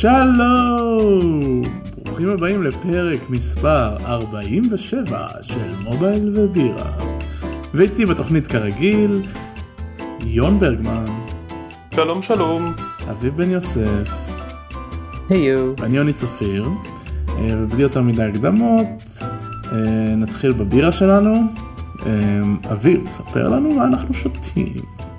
שלום! ברוכים הבאים לפרק מספר 47 של מובייל ובירה. ואיתי בתוכנית כרגיל, יון ברגמן. שלום שלום. אביב בן יוסף. היו. ואני יוני צפיר. ובלי יותר מדי הקדמות, נתחיל בבירה שלנו. אביב, ספר לנו מה אנחנו שותים.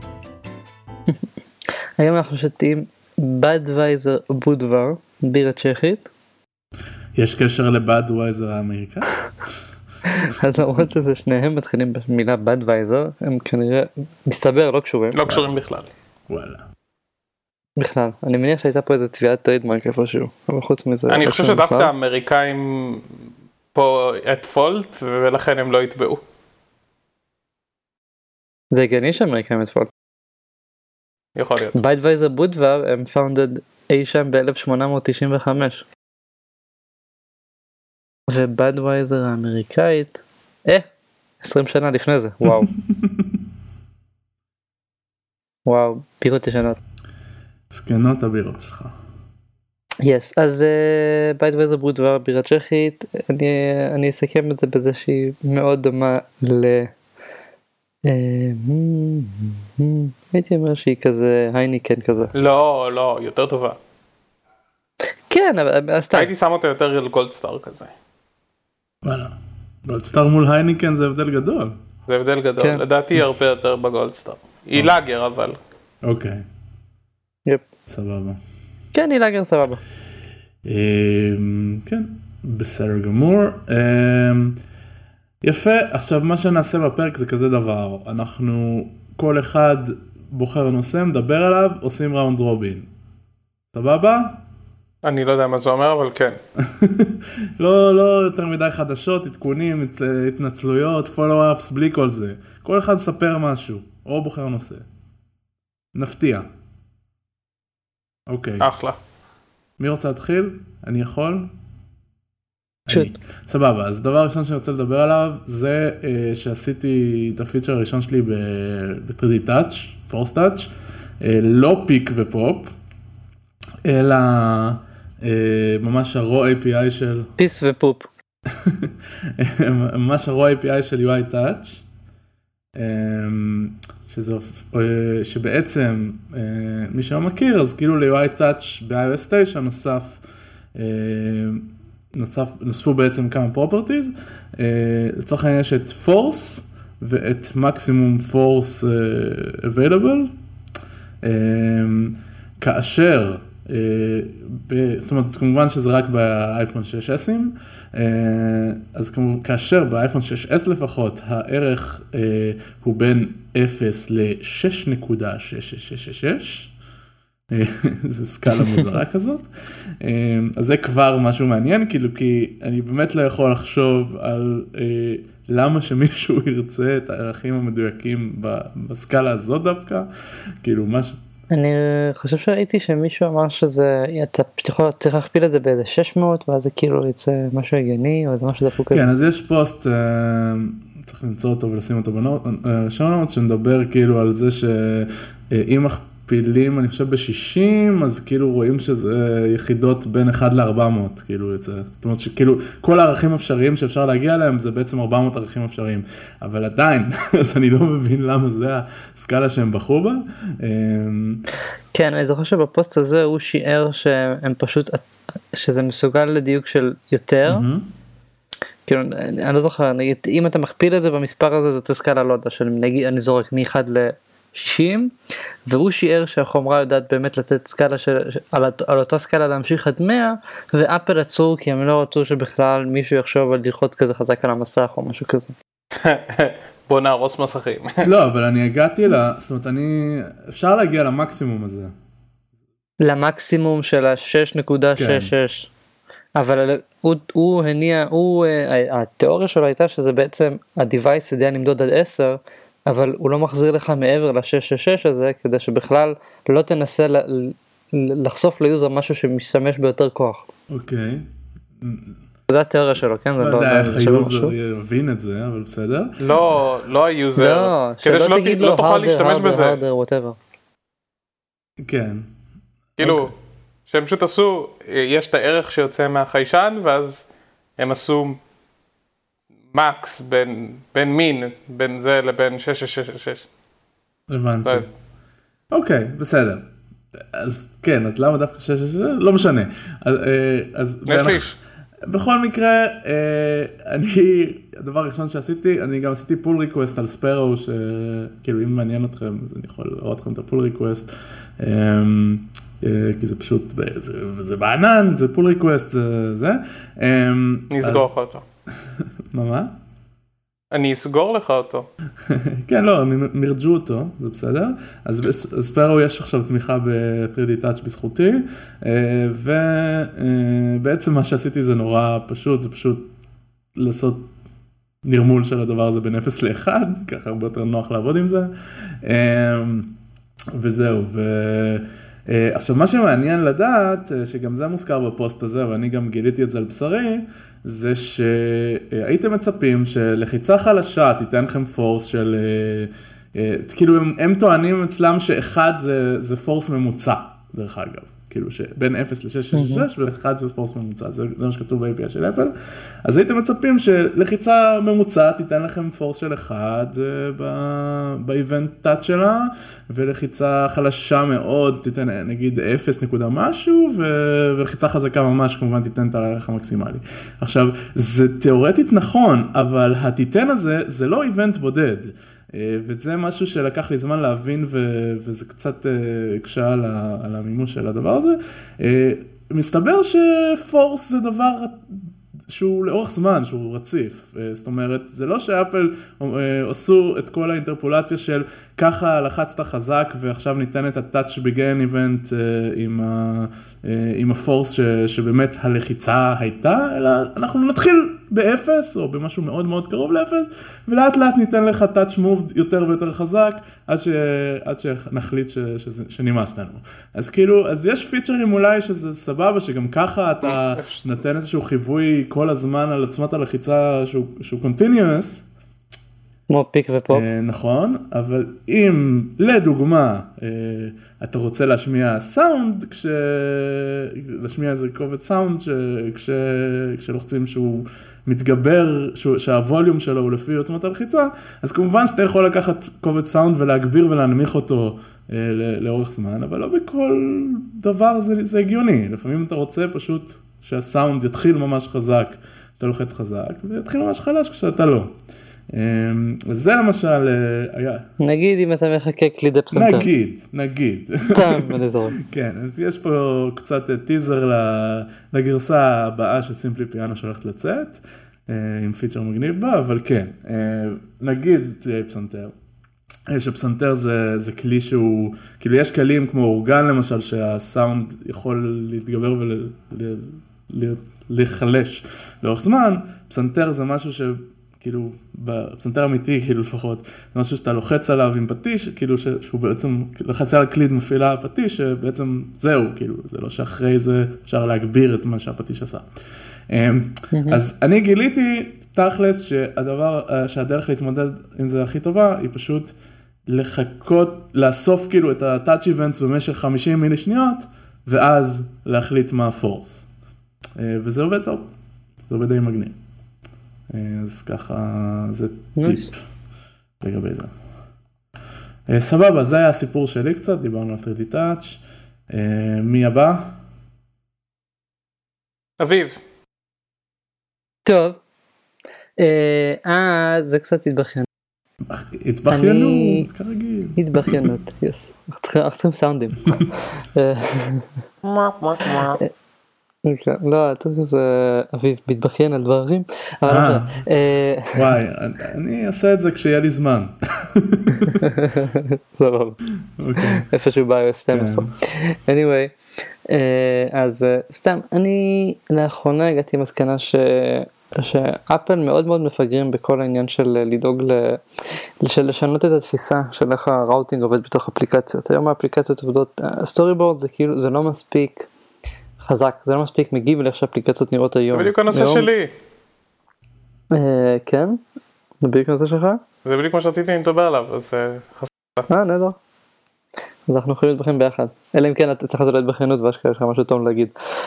היום אנחנו שותים בדווייזר בודבר, בירה צ'כית. יש קשר לבדווייזר האמריקאי? אז למרות שזה שניהם מתחילים במילה בדווייזר, הם כנראה, מסתבר, לא קשורים. לא קשורים בכלל. וואלה. בכלל, אני מניח שהייתה פה איזה צביעת טריידמרק איפשהו, אבל חוץ מזה... אני חושב שדווקא האמריקאים פה את פולט, ולכן הם לא יתבעו. זה הגיוני שהאמריקאים את פולט. יכול להיות. בדווייזר בודבר הם founded אי שם ב-1895. ובדווייזר האמריקאית, 20 שנה לפני זה, וואו. וואו, בירות ישנות. סקנות הבירות שלך. יס, אז בדווייזר בודבר, בירה צ'כית, אני אסכם את זה בזה שהיא מאוד דומה הייתי אומר שהיא כזה הייניקן כזה. לא, יותר טובה. כן, אבל סתם. הייתי שם אותה יותר על גולדסטאר כזה. וואלה. גולדסטאר מול הייניקן זה הבדל גדול. זה הבדל גדול, כן. לדעתי הרבה יותר בגולדסטאר. היא לאגר אבל. אוקיי. יפ. סבבה. כן, היא לאגר סבבה. כן, בסדר גמור. יפה, עכשיו מה שנעשה בפרק זה כזה דבר, אנחנו כל אחד בוחר נושא, מדבר עליו, עושים ראונד רובין. סבבה? אני לא יודע מה זה אומר, אבל כן. לא יותר מדי חדשות, עדכונים, התנצלויות, פולו-אפס, בלי כל זה. כל אחד ספר משהו, או בוחר נושא. נפתיע. אוקיי. אחלה. מי רוצה להתחיל? אני יכול? שוט. סבבה, אז דבר ראשון שאני רוצה לדבר עליו, זה שעשיתי את הפיצ'ר הראשון שלי ב-3D Touch, Force Touch, לא פיק ופופ, אלא ממש הרו API של... פיס ופופ. ממש הרו API של UI Touch, שבעצם, מי שלא מכיר, אז כאילו ל-UI Touch ב-iOS 9 נוספו בעצם כמה properties, לצורך העניין יש את force ואת maximum force available, כאשר, זאת אומרת כמובן שזה רק באייפון 6S, אז כאשר באייפון 6S לפחות הערך הוא בין 0 ל-6.6666, זה סקאלה מוזרה כזאת, אז זה כבר משהו מעניין, כאילו, כי אני באמת לא יכול לחשוב על למה שמישהו ירצה את הערכים המדויקים בסקאלה הזאת דווקא, כאילו משהו. אני חושב שראיתי שמישהו אמר שזה, אתה צריך להכפיל את זה באיזה 600, ואז זה כאילו יצא משהו הגיוני, או איזה משהו דפוק כזה. כן, אז יש פוסט, צריך למצוא אותו ולשים אותו בשונות, שמדבר כאילו על זה שאם מכפילים, אני חושב ב-60, אז כאילו רואים שזה יחידות בין 1 ל-400, כאילו יצא. זאת אומרת שכאילו כל הערכים אפשריים שאפשר להגיע אליהם, זה בעצם 400 ערכים אפשריים. אבל עדיין, אז אני לא מבין למה זה הסקאלה שהם בחרו בה. כן, אני זוכר שבפוסט הזה הוא שיער שהם פשוט, שזה מסוגל לדיוק של יותר. כאילו, אני לא זוכר, נגיד, אם אתה מכפיל את זה במספר הזה, זאת סקאלה לא יודע, נגיד, אני זורק מ-1 ל-60, והוא שיער שהחומרה יודעת באמת לתת סקאלה על אותה סקאלה להמשיך עד 100, ואפל עצרו כי הם לא רצו שבכלל מישהו יחשוב על ללחוץ כזה חזק על המסך או משהו כזה. בוא נהרוס מסכים. לא, אבל אני הגעתי זאת אומרת, אפשר להגיע למקסימום הזה. למקסימום של ה-6.66. אבל הוא הניע, התיאוריה שלו הייתה שזה בעצם, הדיווייס יודע למדוד עד 10, אבל הוא לא מחזיר לך מעבר ל-666 הזה, כדי שבכלל לא תנסה לחשוף ליוזר משהו שמשתמש ביותר כוח. אוקיי. זה התיאוריה שלו, כן? לא יודע איך היוזר יבין את זה, אבל בסדר. לא היוזר. לא, שלא תגיד לו harder, whatever. כן. כאילו, שהם פשוט עשו, יש את הערך שיוצא מהחיישן, ואז הם עשו מקס בין מין, בין זה לבין 6666. הבנתי. אוקיי, בסדר. אז כן, אז למה דווקא 666? לא משנה. אז בכל מקרה, הדבר הראשון שעשיתי, אני גם עשיתי פול ריקווסט על ספארו, שכאילו אם מעניין אתכם, אז אני יכול לראות לכם את הפול ריקווסט, כי זה פשוט, זה בענן, זה פול ריקווסט, זה. נסגור לך אותו. מה? אני אסגור לך אותו. כן, לא, מרג'ו אותו, זה בסדר. אז בספארו יש עכשיו תמיכה ב-3D Touch בזכותי, ובעצם מה שעשיתי זה נורא פשוט, זה פשוט לעשות נרמול של הדבר הזה בין 0 ל-1, ככה הרבה יותר נוח לעבוד עם זה. וזהו, עכשיו מה שמעניין לדעת, שגם זה מוזכר בפוסט הזה, ואני גם גיליתי את זה על בשרי, זה שהייתם מצפים שלחיצה חלשה תיתן לכם פורס של, כאילו הם טוענים אצלם שאחד זה פורס ממוצע, דרך אגב. כאילו שבין 0 ל-666 ו-1 זה פורס ממוצע, זה מה שכתוב ב-API של אפל. אז הייתם מצפים שלחיצה ממוצע תיתן לכם פורס של 1 באיבנט טאץ' שלה, ולחיצה חלשה מאוד תיתן נגיד 0 נקודה משהו, ולחיצה חזקה ממש כמובן תיתן את הערך המקסימלי. עכשיו, זה תיאורטית נכון, אבל התיתן הזה זה לא איבנט בודד. וזה משהו שלקח לי זמן להבין, וזה קצת הקשה על המימוש של הדבר הזה. מסתבר שפורס זה דבר שהוא לאורך זמן, שהוא רציף. זאת אומרת, זה לא שאפל עשו את כל האינטרפולציה של ככה לחצת חזק, ועכשיו ניתן את ה-Touch Begin Event עם הפורס שבאמת הלחיצה הייתה, אלא אנחנו נתחיל ב-0 או במשהו מאוד מאוד קרוב ל-0, ולאט לאט ניתן לך Touch Move יותר ויותר חזק, עד שנחליט שנמאס לנו. אז כאילו, אז יש פיצ'רים אולי שזה סבבה, שגם ככה אתה נותן איזשהו חיווי כל הזמן על עצמת הלחיצה שהוא continuous, כמו פיק ופופ. נכון, אבל אם לדוגמה אתה רוצה להשמיע סאונד, להשמיע איזה קובץ סאונד כשלוחצים שהוא מתגבר, שהווליום שלו הוא לפי עוצמת הלחיצה, אז כמובן שאתה יכול לקחת קובץ סאונד ולהגביר ולהנמיך אותו לאורך זמן, אבל לא בכל דבר זה הגיוני. לפעמים אתה רוצה פשוט שהסאונד יתחיל ממש חזק כשאתה לוחץ חזק, ויתחיל ממש חלש כשאתה לא. זה למשל היה. נגיד אם אתה מחכה קלידי פסנתר. נגיד. כן, יש פה קצת טיזר לגרסה הבאה של סימפלי פיאנו שהולכת לצאת, עם פיצ'ר מגניב בה, אבל כן, נגיד תהיה פסנתר. שפסנתר זה כלי שהוא, כאילו יש כלים כמו אורגן למשל, שהסאונד יכול להתגבר ולהיחלש לאורך זמן. פסנתר זה משהו כאילו, בפסנתר אמיתי, כאילו לפחות, זה משהו שאתה לוחץ עליו עם פטיש, כאילו שהוא בעצם, לחצה על קליד מפעילה פטיש, שבעצם זהו, כאילו, זה לא שאחרי זה אפשר להגביר את מה שהפטיש עשה. אז אני גיליתי תכלס שהדרך להתמודד עם זה הכי טובה, היא פשוט לחכות, לאסוף כאילו את ה-touch events במשך 50 מילי שניות, ואז להחליט מה הפורס. וזה עובד טוב, זה עובד די מגניב. אז ככה זה טיפ לגבי זה. סבבה, זה היה הסיפור שלי קצת, דיברנו על 3D Touch. מי הבא? אביב. טוב. זה קצת התבכיינות. התבכיינות, כרגיל. התבכיינות, יס. אנחנו צריכים סאונדים. לא, אתה יודע, אביב מתבכיין על דברים. וואי, אני אעשה את זה כשיהיה לי זמן. סבבה. איפשהו ב-iOS 12. anyway, אז סתם, אני לאחרונה הגעתי מסקנה שאפל מאוד מאוד מפגרים בכל העניין של לדאוג לשנות את התפיסה של איך הראוטינג עובד בתוך אפליקציות. היום האפליקציות עובדות, הסטורי בורד זה כאילו, זה לא מספיק חזק, זה לא מספיק מגיב לאיך שהאפליקציות נראות היום. זה בדיוק הנושא שלי. כן? זה בדיוק הנושא שלך? זה בדיוק מה שרציתי לדבר עליו, אז חסר. נהדר. אז אנחנו יכולים להתבחן ביחד. אלא אם כן אתה צריך לעשות בכנות ואשכרה יש לך משהו טוב להגיד.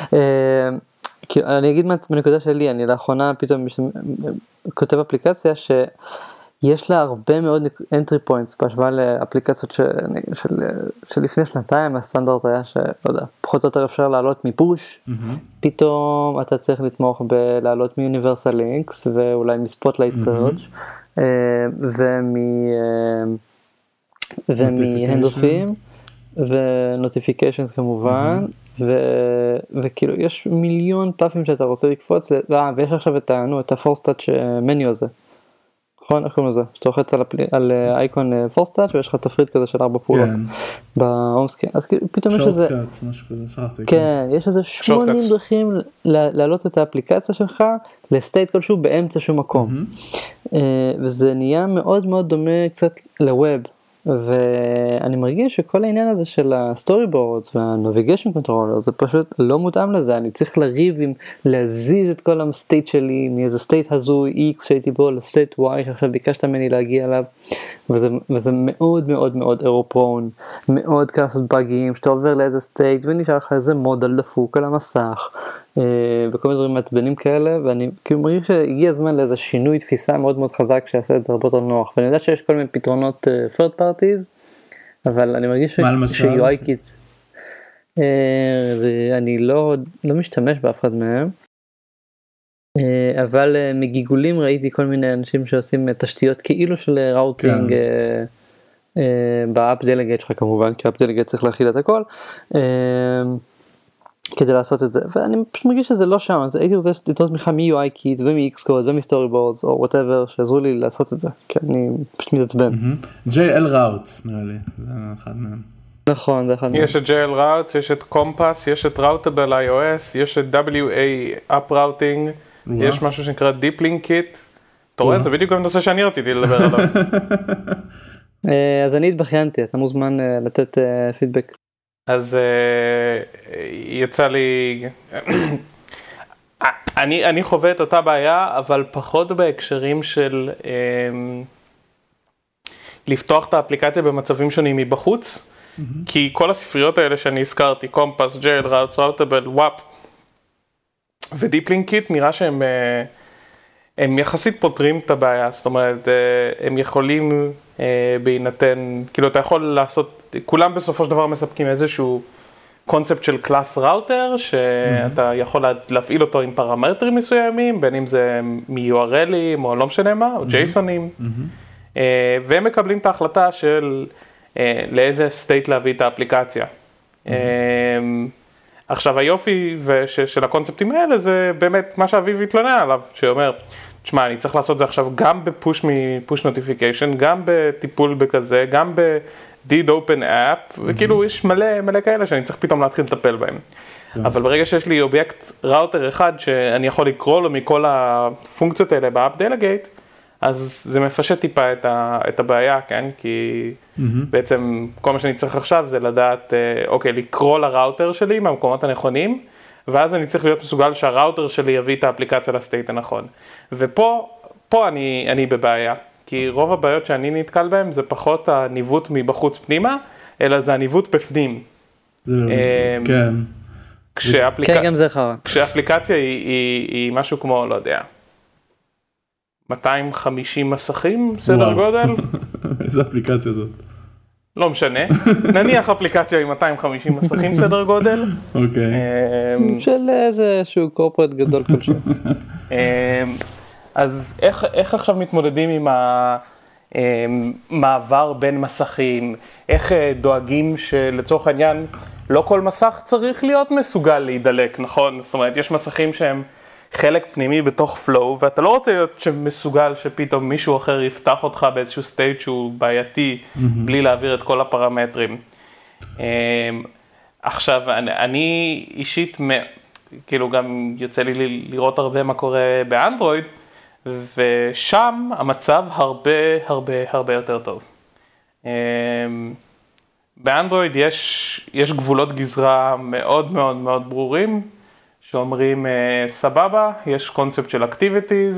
אני אגיד מהנקודה שלי, אני לאחרונה פתאום כותב אפליקציה שיש לה הרבה מאוד entry points בהשוואה לאפליקציות שלפני שנתיים, הסטנדרט היה שלא יודע, פחות או יותר אפשר לעלות מפוש, פתאום אתה צריך לתמוך בלעלות מ-Universal Links ואולי מ-Spotlight Search ומ-Handoffים ו-Notifications כמובן, וכאילו יש מיליון פאפים שאתה רוצה לקפוץ, ויש עכשיו את ה-Force Touch מניו הזה, נכון? איך קוראים לזה? שאתה לוחץ על אייקון Force Touch ויש לך תפריט כזה של 4 פעולות בהומסקרין, אז פתאום יש איזה, כן, יש איזה 80 דרכים להעלות את האפליקציה שלך לסטייט כלשהו באמצע שום מקום, וזה נהיה מאוד מאוד דומה קצת לווב, ואני מרגיש שכל העניין הזה של הסטורי בורדס והנביגיישן קונטרולר זה פשוט לא מותאם לזה, אני צריך לריב עם להזיז את כל הסטייט שלי מאיזה סטייט הזוי X שהייתי בו לסטייט Y שעכשיו ביקשת ממני להגיע אליו, וזה מאוד מאוד מאוד אירו-פרון, מאוד קל לעשות באגים, שאתה עובר לאיזה סטייט ונשאר לך איזה מודל דפוק על המסך, וכל מיני דברים מעצבנים כאלה, ואני כאילו מרגיש שהגיע הזמן לאיזה שינוי תפיסה מאוד מאוד חזק שיעשה את זה הרבה יותר נוח, ואני יודעת שיש כל מיני פתרונות third parties, אבל אני מרגיש ש-UI Kits, אני לא משתמש באף אחד מהם, אבל מגיגולים ראיתי כל מיני אנשים שעושים תשתיות כאילו של ראוטינג באפ דלגייט שלך כמובן, כי אפ דלגייט צריך להכיל את הכל, כדי לעשות את זה, ואני פשוט מרגיש שזה לא שם, אז הייתי רוצה לתת תמיכה מ-UI Kit ומ-Xcode ומ-Storyboards או whatever שעזרו לי לעשות את זה, כי אני פשוט מתעצבן. JL Routes נראה לי, זה אחד מהם. נכון, זה אחד מהם. יש את JL Routes, יש את Compass, יש את Routable iOS, יש את WA App Routing, יש משהו שנקרא Deep Link Kit, אתה רואה, זה בדיוק הנושא שאני רציתי לדבר עליו. אז אני התבחיינתי, אתה מוזמן לתת פידבק. אז יצא לי, אני חווה את אותה בעיה, אבל פחות בהקשרים של לפתוח את האפליקציה במצבים שונים מבחוץ, כי כל הספריות האלה שאני הזכרתי, Compass, JL Routes, Routable, WAP ו-Deep Link Kit, נראה שהם יחסית פותרים את הבעיה, זאת אומרת, הם יכולים בהינתן, כאילו אתה יכול לעשות, כולם בסופו של דבר מספקים איזשהו קונספט של קלאס ראוטר, שאתה יכול להפעיל אותו עם פרמטרים מסוימים, בין אם זה מ-URLים או לא משנה מה, או JSONים, והם מקבלים את ההחלטה של לאיזה סטייט להביא את האפליקציה. עכשיו היופי של הקונספטים האלה זה באמת מה שאביב התלונן עליו, שאומר, תשמע, אני צריך לעשות את זה עכשיו גם בפוש נוטיפיקיישן, גם בטיפול בכזה, גם ב-did open app, וכאילו יש מלא כאלה שאני צריך פתאום להתחיל לטפל בהם. אבל ברגע שיש לי אובייקט ראוטר אחד שאני יכול לקרוא לו מכל הפונקציות האלה באפ דלגייט, אז זה מפשט טיפה את הבעיה, כן? כי בעצם כל מה שאני צריך עכשיו זה לדעת, אוקיי, לקרוא לראוטר שלי מהמקומות הנכונים, ואז אני צריך להיות מסוגל שהראוטר שלי יביא את האפליקציה לסטייט הנכון. ופה אני בבעיה, כי רוב הבעיות שאני נתקל בהן זה פחות הניווט מבחוץ פנימה, אלא זה הניווט בפנים. כן. כן, גם זה חרא. כשאפליקציה היא משהו כמו, לא יודע, 250 מסכים, סדר גודל. איזה אפליקציה זאת? לא משנה, נניח אפליקציה עם 250 מסכים סדר גודל. אוקיי. של איזשהו קורפרט גדול כלשהו. אז איך עכשיו מתמודדים עם המעבר בין מסכים? איך דואגים שלצורך העניין לא כל מסך צריך להיות מסוגל להידלק, נכון? זאת אומרת, יש מסכים שהם חלק פנימי בתוך פלואו, ואתה לא רוצה להיות שמסוגל שפתאום מישהו אחר יפתח אותך באיזשהו סטייט שהוא בעייתי, בלי להעביר את כל הפרמטרים. עכשיו, אני אישית, כאילו גם יוצא לי לראות הרבה מה קורה באנדרואיד, ושם המצב הרבה יותר טוב. באנדרואיד יש גבולות גזרה מאוד מאוד מאוד ברורים, שאומרים סבבה, יש קונספט של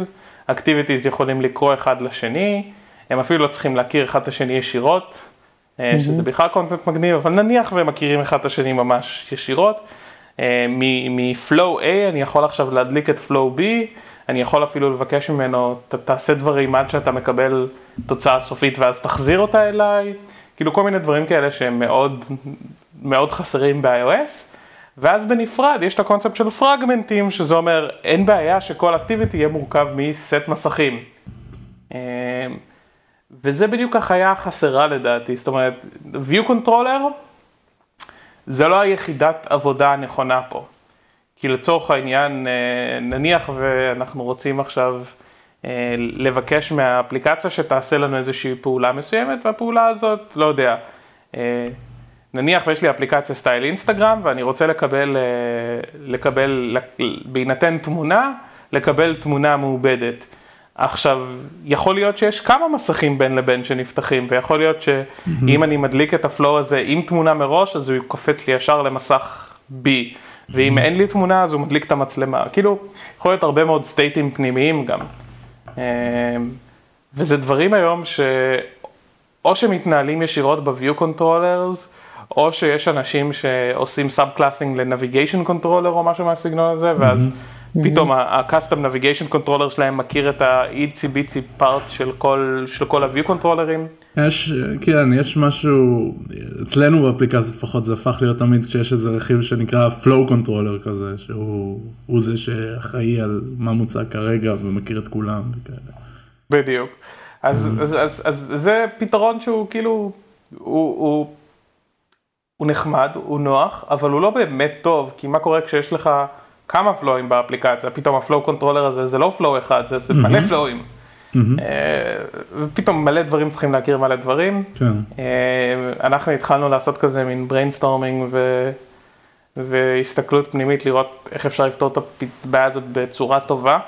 activities יכולים לקרוא אחד לשני, הם אפילו לא צריכים להכיר אחד את השני ישירות, שזה בכלל קונספט מגניב, אבל נניח והם מכירים אחד את השני ממש ישירות. מ-Flow A אני יכול עכשיו להדליק את Flow B, אני יכול אפילו לבקש ממנו, תעשה דברים עד שאתה מקבל תוצאה סופית ואז תחזיר אותה אליי, כאילו כל מיני דברים כאלה שהם מאוד, מאוד חסרים ב-iOS, ואז בנפרד יש את הקונספט של פרגמנטים, שזה אומר אין בעיה שכל אקטיביטי יהיה מורכב מסט מסכים. וזה בדיוק החיה החסרה לדעתי, זאת אומרת, View Controller, זה לא היחידת עבודה הנכונה פה. כי לצורך העניין, נניח ואנחנו רוצים עכשיו לבקש מהאפליקציה שתעשה לנו איזושהי פעולה מסוימת, והפעולה הזאת, לא יודע, נניח ויש לי אפליקציה סטייל אינסטגרם, ואני רוצה לקבל בהינתן תמונה, לקבל תמונה מעובדת. עכשיו, יכול להיות שיש כמה מסכים בין לבין שנפתחים, ויכול להיות שאם אני מדליק את הפלואו הזה עם תמונה מראש, אז הוא קופץ לי ישר למסך B, ואם אין לי תמונה, אז הוא מדליק את המצלמה. כאילו, יכול להיות הרבה מאוד סטייטים פנימיים גם. וזה דברים היום או שמתנהלים ישירות ב-View Controllers, או שיש אנשים שעושים סאב-קלאסינג ל-Navigation Controller או משהו מהסגנון הזה, ואז פתאום ה-Custom Navigation Controller שלהם מכיר את ה-איצי ביצי פארט של כל ה-View Controller'ים. כן, יש משהו, אצלנו באפליקציה לפחות זה הפך להיות תמיד כשיש איזה רכיב שנקרא Flow Controller כזה, שהוא זה שאחראי על מה מוצע כרגע ומכיר את כולם וכאלה. בדיוק. אז זה פתרון שהוא כאילו, הוא נחמד, הוא נוח, אבל הוא לא באמת טוב, כי מה קורה כשיש לך כמה פלואים באפליקציה, פתאום הפלואו קונטרולר הזה זה לא פלואו אחד, זה מלא פלואים. ופתאום מלא דברים צריכים להכיר מלא דברים. אנחנו התחלנו לעשות כזה מין בריינסטורמינג והסתכלות פנימית לראות איך אפשר לפתור את הבעיה הזאת בצורה טובה.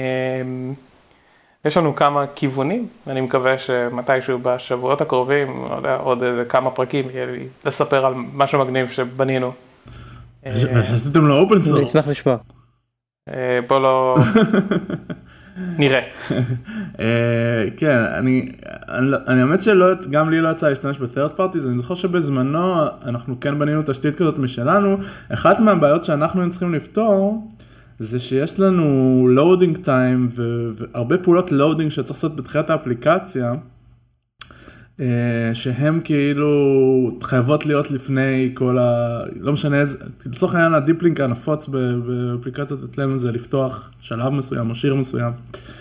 יש לנו כמה כיוונים, אני מקווה שמתישהו בשבועות הקרובים, לא יודע, עוד איזה כמה פרקים, יהיה לי לספר על משהו מגניב שבנינו. ועשיתם לו אופן סורס. אני אשמח לשמוע. בוא לא... נראה. כן, אני האמת שגם לי לא יצא להשתמש ב-third parties, אני זוכר שבזמנו אנחנו כן בנינו תשתית כזאת משלנו, אחת מהבעיות שאנחנו צריכים לפתור, זה שיש לנו loading time והרבה פעולות loading שצריך לעשות בתחילת האפליקציה, שהם כאילו חייבות להיות לפני כל לא משנה איזה, לצורך העניין הדיפלינק הנפוץ באפליקציות אצלנו זה לפתוח שלב מסוים או שיר מסוים.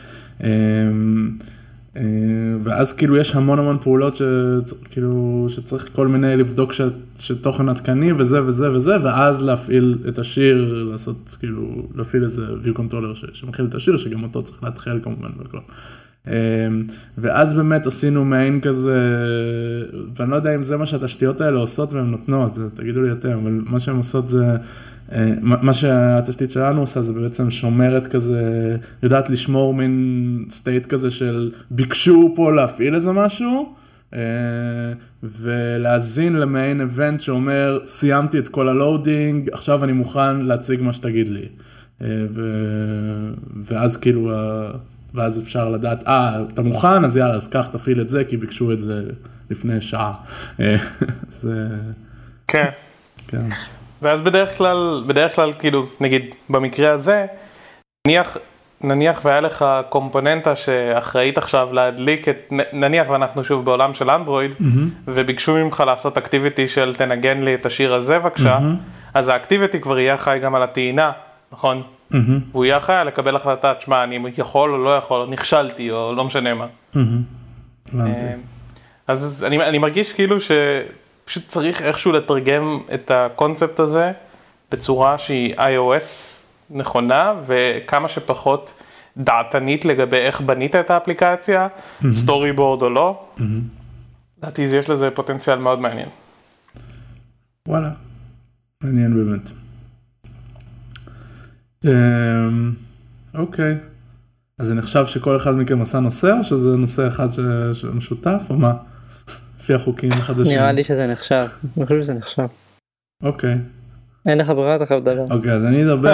ואז כאילו יש המון פעולות שצריך כל מיני לבדוק שתוכן עדכני וזה וזה וזה, ואז להפעיל את השיר, לעשות כאילו, להפעיל איזה view controller שמכיל את השיר, שגם אותו צריך להתחיל כמובן והכל. ואז באמת עשינו מעין כזה, ואני לא יודע אם זה מה שהתשתיות האלה עושות והן נותנות, זה תגידו לי יותר, אבל מה שהן עושות זה, מה שהתשתית שלנו עושה זה בעצם שומרת כזה, יודעת לשמור מין סטייט כזה של ביקשו פה להפעיל איזה משהו, ולהזין למעין איבנט שאומר סיימתי את כל הלואודינג, עכשיו אני מוכן להציג מה שתגיד לי. ואז כאילו, ואז אפשר לדעת, אתה מוכן, אז יאללה, אז כך תפעיל את זה, כי ביקשו את זה לפני שעה. זה... כן. כן. ואז בדרך כלל, כאילו, נגיד, במקרה הזה, נניח והיה לך קומפוננטה שאחראית עכשיו להדליק את, נניח ואנחנו שוב בעולם של אנדרואיד, וביקשו ממך לעשות אקטיביטי של תנגן לי את השיר הזה בבקשה, אז האקטיביטי כבר יהיה אחראי גם על הטעינה, נכון? והוא יהיה אחראי לקבל החלטה, תשמע, אני יכול או לא יכול, או נכשלתי, או לא משנה מה. אז אני מרגיש כאילו שפשוט צריך איכשהו לתרגם את הקונספט הזה בצורה שהיא iOS נכונה, וכמה שפחות דעתנית לגבי איך בנית את האפליקציה, סטורי בורד או לא. לדעתי יש לזה פוטנציאל מאוד מעניין. וואלה, מעניין באמת. אוקיי, אז זה נחשב שכל אחד מכם עשה נושא, או שזה נושא אחד שמשותף, או מה? לפי החוקים החדשים. נראה לי שזה נחשב, אני חושב שזה נחשב. אוקיי. אין לך ברירה, אתה חייב לדבר. אוקיי,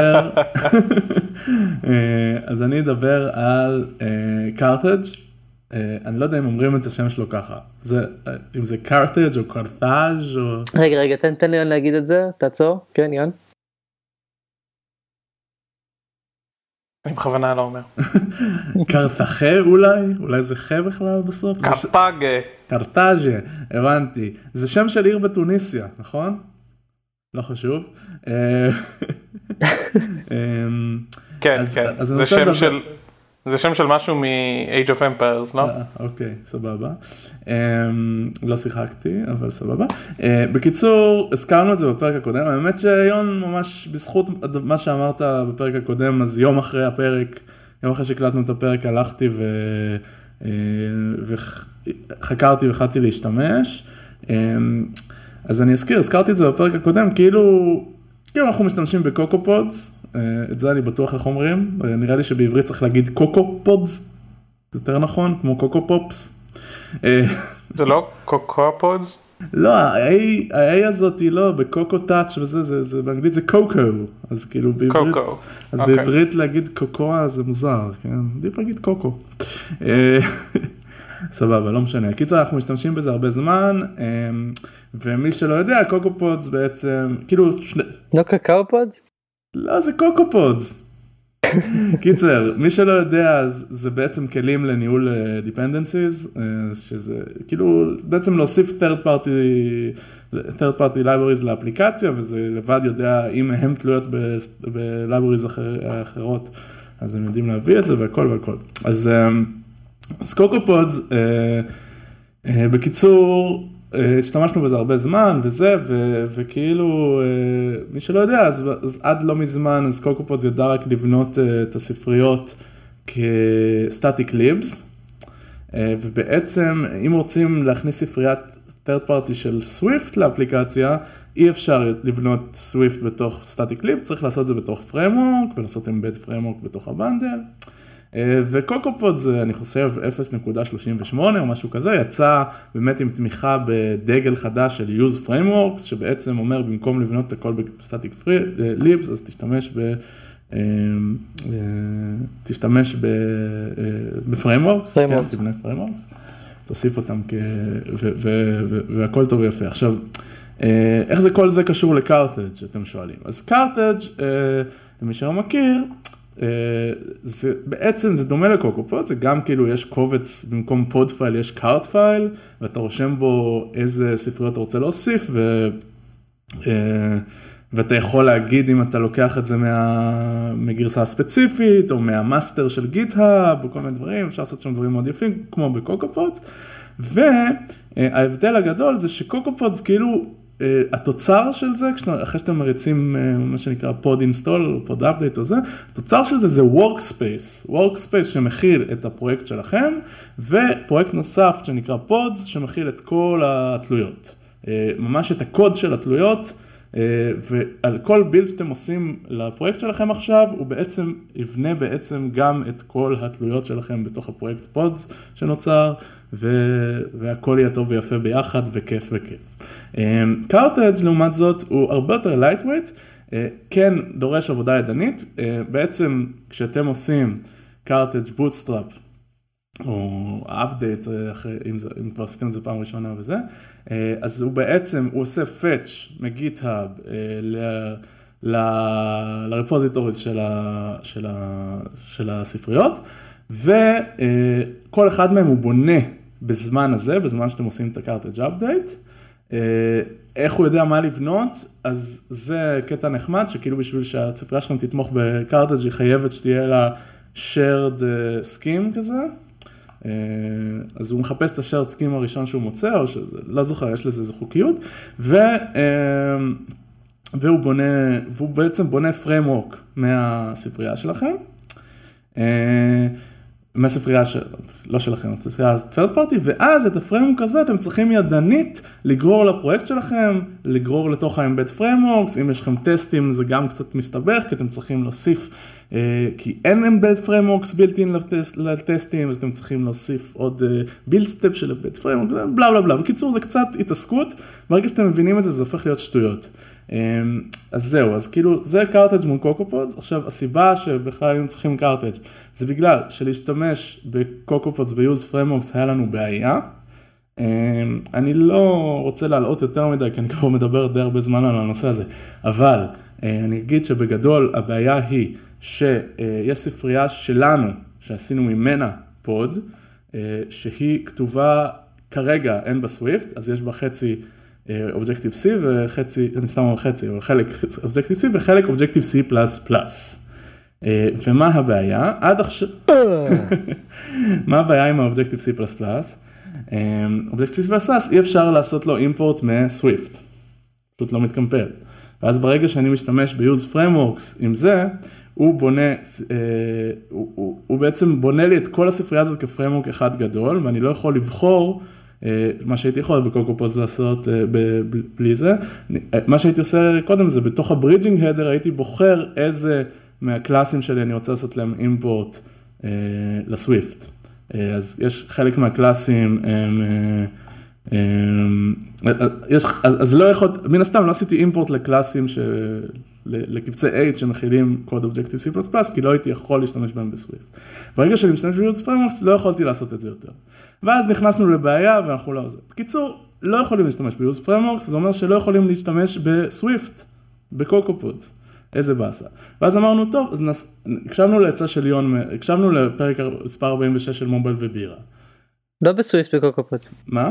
אז אני אדבר על Carthage, אני לא יודע אם אומרים את השם שלו ככה, אם זה קארטג' או קרתאז' או... רגע, תן לי להגיד את זה, תעצור, כן, יון. אני בכוונה לא אומר. קרתחה אולי זה חה בכלל בסוף? קרתגה. קרתאז'ה, הבנתי. זה שם של עיר בתוניסיה, נכון? לא חשוב. כן, זה שם של משהו מ-Age of Empires, לא? אוקיי, סבבה. לא שיחקתי, אבל סבבה. בקיצור, הזכרנו את זה בפרק הקודם, האמת שיון ממש בזכות מה שאמרת בפרק הקודם, אז יום אחרי הפרק, יום אחרי שהקלטנו את הפרק, הלכתי וחקרתי והחלטתי להשתמש. אז אני הזכרתי את זה בפרק הקודם, כאילו אנחנו משתמשים בקוקופודס, את זה אני בטוח איך אומרים, נראה לי שבעברית צריך להגיד קוקופודס, יותר נכון, כמו קוקופופס. זה לא קוקופודס? לא, ה-A הזאת היא לא, בקוקו טאץ' וזה, באנגלית זה קוקו, אז כאילו בעברית, אז בעברית להגיד קוקו זה מוזר, כן? עדיף להגיד קוקו. סבבה, לא משנה. קיצר, אנחנו משתמשים בזה הרבה זמן, ומי שלא יודע, קוקופודס בעצם, כאילו... לא קקאופודס? לא, זה קוקופודס. קיצר, מי שלא יודע, אז זה בעצם כלים לניהול dependencies, שזה כאילו בעצם להוסיף third party libraries לאפליקציה, וזה לבד יודע אם הם תלויות ב-libraries אחרות, אז הם יודעים להביא את זה והכל והכל. אז קוקופודס, בקיצור, השתמשנו בזה הרבה זמן וזה, וכאילו, מי שלא יודע, אז עד לא מזמן, אז קוקופודס ידע רק לבנות את הספריות כ-static libs, ובעצם, אם רוצים להכניס ספריית third party של Swift לאפליקציה, אי אפשר לבנות Swift בתוך static lib, צריך לעשות את זה בתוך framework, ולעשות embed framework בתוך הבנדל. וקוקופודס, אני חושב 0.38 או משהו כזה, יצא באמת עם תמיכה בדגל חדש של use frameworks, שבעצם אומר במקום לבנות את הכל ב-static libs, אז תשתמש ב-frameworks, כן, תבנה frameworks, תוסיף אותם והכל טוב ויפה. עכשיו, איך זה כל זה קשור לקארטג' שאתם שואלים? אז קארטג', למי שלא מכיר, בעצם זה דומה לקוקופוד, זה גם כאילו יש קובץ, במקום פוד פייל יש קארט פייל, ואתה רושם בו איזה ספריות אתה רוצה להוסיף, ואתה יכול להגיד אם אתה לוקח את זה מגרסה ספציפית, או מהמאסטר של גיט-האב, או כל מיני דברים, אפשר לעשות שם דברים מאוד יפים, כמו בקוקופוד, וההבדל הגדול זה שקוקופוד כאילו, התוצר של זה, אחרי שאתם מריצים מה שנקרא pod install או pod update או זה, התוצר של זה workspace שמכיל את הפרויקט שלכם, ופרויקט נוסף שנקרא pods שמכיל את כל התלויות. ממש את הקוד של התלויות, ועל כל בילד שאתם עושים לפרויקט שלכם עכשיו, הוא בעצם יבנה בעצם גם את כל התלויות שלכם בתוך הפרויקט pods שנוצר, והכל יהיה טוב ויפה ביחד וכיף וכיף. קארטג' לעומת זאת הוא הרבה יותר lightweight, כן דורש עבודה ידנית, בעצם כשאתם עושים קארטג' bootstrap או update, אם כבר עשיתם את זה פעם ראשונה וזה, אז הוא בעצם, הוא עושה fetch מ-GitHub לרפוזיטוריז של הספריות, וכל אחד מהם הוא בונה בזמן הזה, בזמן שאתם עושים את ה-Cartridge Update, איך הוא יודע מה לבנות, אז זה קטע נחמד, שכאילו בשביל שהספרייה שלכם תתמוך ב-Cartridge, היא חייבת שתהיה לה shared scheme כזה, אז הוא מחפש את ה-shared scheme הראשון שהוא מוצא, או שזה, לא זוכר, יש לזה איזו חוקיות, והוא בעצם בונה framework מהספרייה שלכם, מהספרייה לא שלכם, הספרייה third party, ואז את הפריימורק הזה אתם צריכים ידנית לגרור לפרויקט שלכם, לגרור לתוך ה-embed frameworks, אם יש לכם טסטים זה גם קצת מסתבך, כי אתם צריכים להוסיף, כי אין embed frameworks built in לטסטים, אז אתם צריכים להוסיף עוד build step של embed framework, בלה בלה בלה, בקיצור זה קצת התעסקות, ברגע שאתם מבינים את זה, זה הופך להיות שטויות. אז זהו, אז כאילו זה קארטג' מול קוקופודס. עכשיו הסיבה שבכלל היינו צריכים קארטג' זה בגלל שלהשתמש בקוקופודס ב-use frameworks היה לנו בעיה. אני לא רוצה להעלות יותר מדי, כי אני כבר מדבר די הרבה זמן על הנושא הזה, אבל אני אגיד שבגדול הבעיה היא שיש ספרייה שלנו, שעשינו ממנה פוד, שהיא כתובה כרגע, אין בסוויפט, אז יש בה חצי Objective-C וחצי, אני סתם אומר חצי, אבל חלק Objective-C וחלק Objective-C++. ומה הבעיה? עד עכשיו... מה הבעיה עם ה-Objective-C++? Objective-C++ אי אפשר לעשות לו אימפורט מסוויפט, פשוט לא מתקמפל. ואז ברגע שאני משתמש ב-use frameworks עם זה, הוא בונה, הוא בעצם בונה לי את כל הספרייה הזאת כפריימורק אחד גדול, ואני לא יכול לבחור מה שהייתי יכול בקוקופודס לעשות בלי זה. מה שהייתי עושה קודם זה בתוך הברידג'ינג הדר, הייתי בוחר איזה מהקלאסים שלי אני רוצה לעשות להם אימפורט לסוויפט. אז יש חלק מהקלאסים, אז לא יכול, מן הסתם לא עשיתי אימפורט לקלאסים לקבצי H שמכילים קוד Objective-C++, כי לא הייתי יכול להשתמש בהם בסוויפט. ברגע שאני משתמש ב-use frameworks, לא יכולתי לעשות את זה יותר. ואז נכנסנו לבעיה ואנחנו לא... בקיצור, לא יכולים להשתמש ב-use frameworks, זה אומר שלא יכולים להשתמש בסוויפט, בקוקופודס. איזה באסה. ואז אמרנו, טוב, אז הקשבנו לעצה של יון, הקשבנו לפרק מספר 46 של מובייל ובירה. לא בסוויפט בקוקופודס. מה?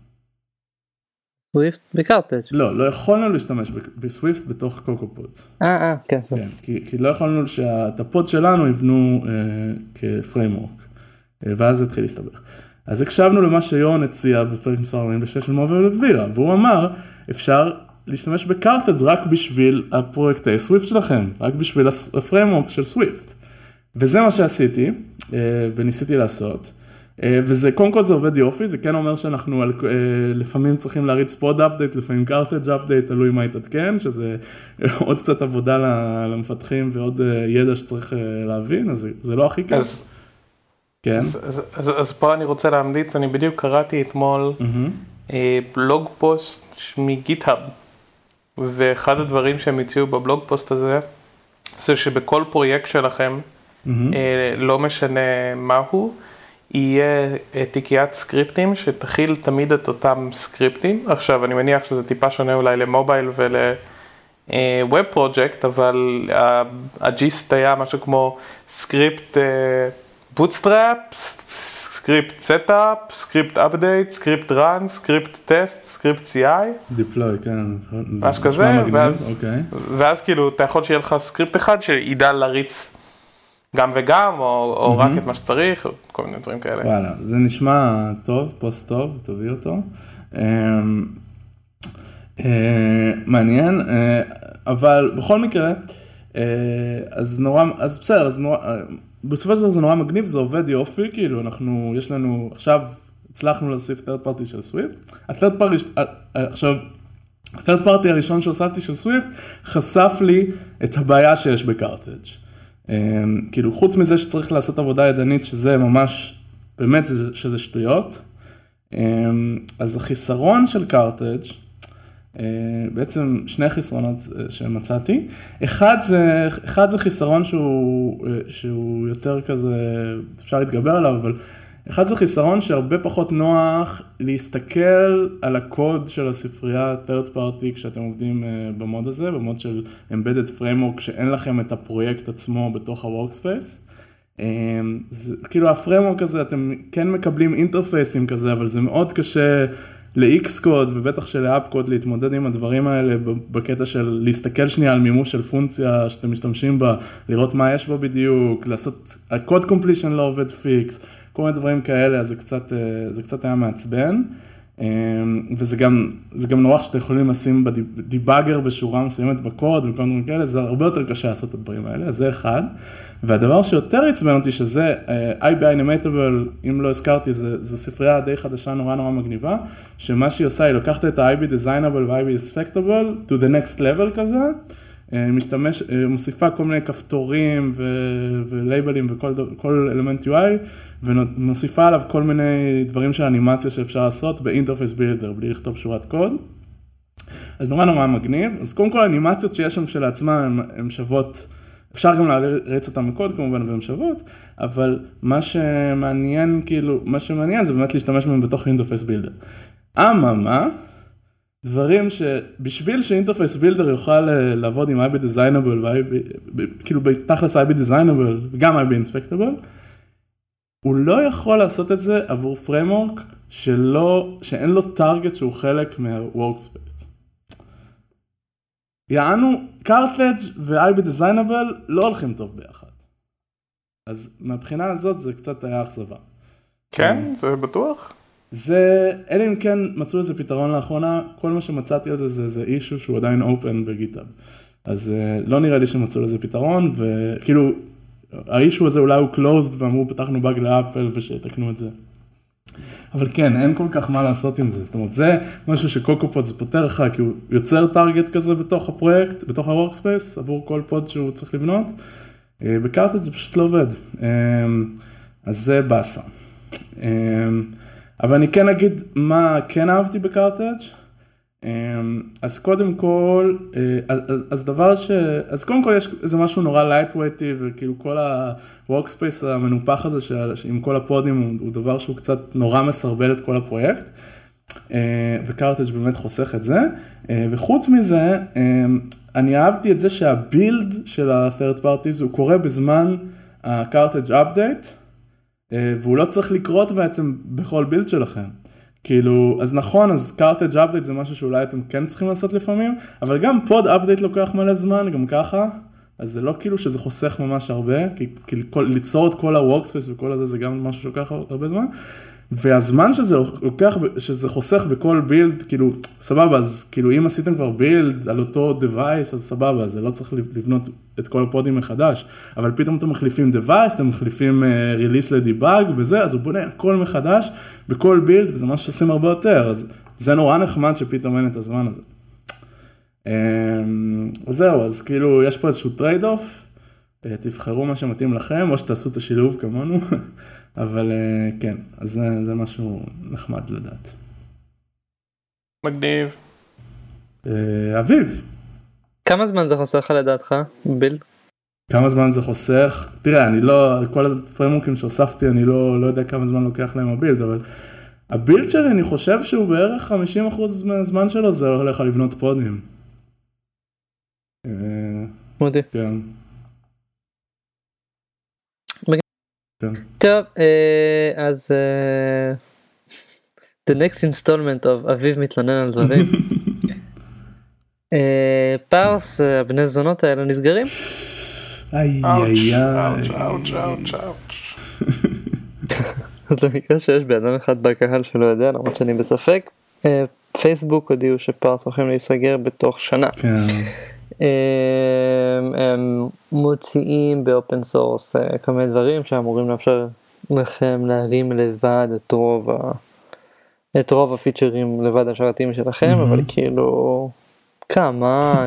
סוויפט בקארטג'. לא יכולנו להשתמש בסוויפט בתוך קוקופודס. כן. כי לא יכולנו שאת הפוד שלנו יבנו כפריימורק, ואז זה התחיל להסתבך. אז הקשבנו למה שיון הציע בפרק מספר 46 של מובייל ובירה, והוא אמר, אפשר להשתמש בקארטג' רק בשביל הפרויקטי סוויפט שלכם, רק בשביל הפריימורק של סוויפט. וזה מה שעשיתי, וניסיתי לעשות. וזה, קודם כל זה עובד יופי, זה כן אומר שאנחנו לפעמים צריכים להריץ פוד אפדייט, לפעמים קארטג' אפדייט, תלוי מה יתעדכן, שזה עוד קצת עבודה למפתחים ועוד ידע שצריך להבין, אז זה לא הכי כיף. כן. אז פה אני רוצה להמליץ, אני בדיוק קראתי אתמול בלוג פוסט מגיטהאב, ואחד הדברים שהם הציעו בבלוג פוסט הזה, זה שבכל פרויקט שלכם, לא משנה מהו, יהיה תיקיית סקריפטים שתכיל תמיד את אותם סקריפטים. עכשיו, אני מניח שזה טיפה שונה אולי למובייל ולווב פרוג'קט, אבל הג'יסט היה משהו כמו סקריפט בוטסטראפ, סקריפט סטאפ, סקריפט אפדייט, סקריפט רן, סקריפט טסט, סקריפט CI. דיפלוי, כן. משהו כזה, ואז כאילו אתה יכול שיהיה לך סקריפט אחד שידע להריץ גם וגם, או רק את מה שצריך, או כל מיני דברים כאלה. וואלה, זה נשמע טוב, פוסט טוב, תביא אותו. מעניין, אבל בכל מקרה, אז בסדר, בסופו של דבר זה נורא מגניב, זה עובד יופי, כאילו יש לנו, עכשיו הצלחנו להוסיף third party של סוויפט, עכשיו, ה-third party הראשון שהוספתי של סוויפט, חשף לי את הבעיה שיש בקארטג'. כאילו, חוץ מזה שצריך לעשות עבודה ידנית, שזה ממש, באמת שזה שטויות, אז החיסרון של קארטג', בעצם שני חסרונות שמצאתי, אחד זה חיסרון שהוא יותר כזה, אפשר להתגבר עליו, אבל אחד זה חיסרון שהרבה פחות נוח להסתכל על הקוד של הספרייה third party כשאתם עובדים במוד הזה, במוד של embedded framework, שאין לכם את הפרויקט עצמו בתוך ה-workspace. כאילו הפריימורק הזה, אתם כן מקבלים אינטרפייסים כזה, אבל זה מאוד קשה ל-X קוד ובטח של-App קוד להתמודד עם הדברים האלה בקטע של להסתכל שנייה על מימוש של פונקציה שאתם משתמשים בה, לראות מה יש בה בדיוק, לעשות, ה-code completion לא עובד פיקס, כל מיני דברים כאלה, אז זה קצת היה מעצבן, וזה גם נורא שאתם יכולים לשים בדיבאגר בשורה מסוימת בקוד וכל מיני כאלה, זה הרבה יותר קשה לעשות את הדברים האלה, זה אחד. והדבר שיותר עצבן אותי שזה IBI Animatable, אם לא הזכרתי, זו ספרייה די חדשה נורא מגניבה, שמה שהיא עושה, היא לוקחת את ה-IB Designable ו-IB Expectable to the next level כזה, מוסיפה כל מיני כפתורים ולייבלים וכל אלמנט UI, ומוסיפה עליו כל מיני דברים של אנימציה שאפשר לעשות באינטרפייס בילדר, בלי לכתוב שורת קוד. אז נורא מגניב. אז קודם כל האנימציות שיש שם כשלעצמם הן שוות, אפשר גם להריץ אותם מקוד כמובן והן שוות, אבל מה שמעניין זה באמת להשתמש בהם בתוך אינטרפייס בילדר. אממה, דברים שבשביל שאינטרפייס בילדר יוכל לעבוד עם IB Designable, כאילו בתכלס IB Designable וגם IB Inspectable, הוא לא יכול לעשות את זה עבור פריימורק שאין לו טארגט שהוא חלק מה-Workspace. יענו, Cartledge ו-IB Designable לא הולכים טוב ביחד. אז מהבחינה הזאת זה קצת היה אכזבה. כן, זה בטוח. אלא אם כן מצאו איזה פתרון לאחרונה, כל מה שמצאתי על זה אישו שהוא עדיין open בגיטאב. אז לא נראה לי שמצאו לזה פתרון, וכאילו, האישו הזה אולי הוא closed, ואמרו פתחנו באג לאפל ושיתקנו את זה. אבל כן, אין כל כך מה לעשות עם זה. זאת אומרת, זה משהו שקוקופוד זה פותר לך, כי הוא יוצר טארגט כזה בתוך הפרויקט, בתוך ה-Workspace, עבור כל פוד שהוא צריך לבנות. בקארטג' זה פשוט לא עובד. אז זה בסה. אבל אני כן אגיד מה כן אהבתי בקארטג'. אז קודם כל, אז קודם כל יש איזה משהו נורא lightweighty, וכאילו כל ה-workspace המנופח הזה, עם כל הפודים, הוא דבר שהוא קצת נורא מסרבל את כל הפרויקט, וקארטג' באמת חוסך את זה, וחוץ מזה, אני אהבתי את זה שהבילד של ה-third parties, הוא קורה בזמן ה-Cartledge update, והוא לא צריך לקרות בעצם בכל בילד שלכם. כאילו, אז נכון, אז Cartledge update זה משהו שאולי אתם כן צריכים לעשות לפעמים, אבל גם pod update לוקח מלא זמן, גם ככה, אז זה לא כאילו שזה חוסך ממש הרבה, כי ליצור את כל ה-workspace וכל הזה, זה גם משהו שלוקח הרבה זמן, והזמן שזה חוסך בכל בילד, כאילו, סבבה, אז כאילו, אם עשיתם כבר בילד על אותו device, אז סבבה, זה לא צריך לבנות את כל הפודים מחדש, אבל פתאום אתם מחליפים device, אתם מחליפים release לדיבאג וזה, אז הוא בונה הכל מחדש בכל בילד, וזה משהו שעושים הרבה יותר, אז זה נורא נחמד שפתאום אין את הזמן הזה. וזהו, אז כאילו, יש פה איזשהו טרייד-אוף, תבחרו מה שמתאים לכם, או שתעשו את השילוב כמונו, אבל כן, אז זה משהו נחמד לדעת. מגניב. אביב. כמה זמן זה חוסך לדעתך בבילד? כמה זמן זה חוסך? תראה, אני לא, כל הפריימורקים שהוספתי, אני לא יודע כמה זמן לוקח להם הבילד, אבל הבילד שלי, אני חושב שהוא בערך 50% מהזמן שלו, זה הולך לבנות פודים. מודי. כן. טוב, אז the next installment of אביב מתלונן על דברים. פארס, הבני זונות האלה נסגרים? אאוץ'. זה מקרה שיש באדם אחד בקהל שלא יודע, למרות שאני בספק. פייסבוק הודיעו שפארס הולכים להיסגר בתוך שנה. כן. הם מוציאים באופן סורס כל מיני דברים שאמורים לאפשר לכם להרים לבד את רוב הפיצ'רים לבד השרתים שלכם, אבל כאילו, כמה?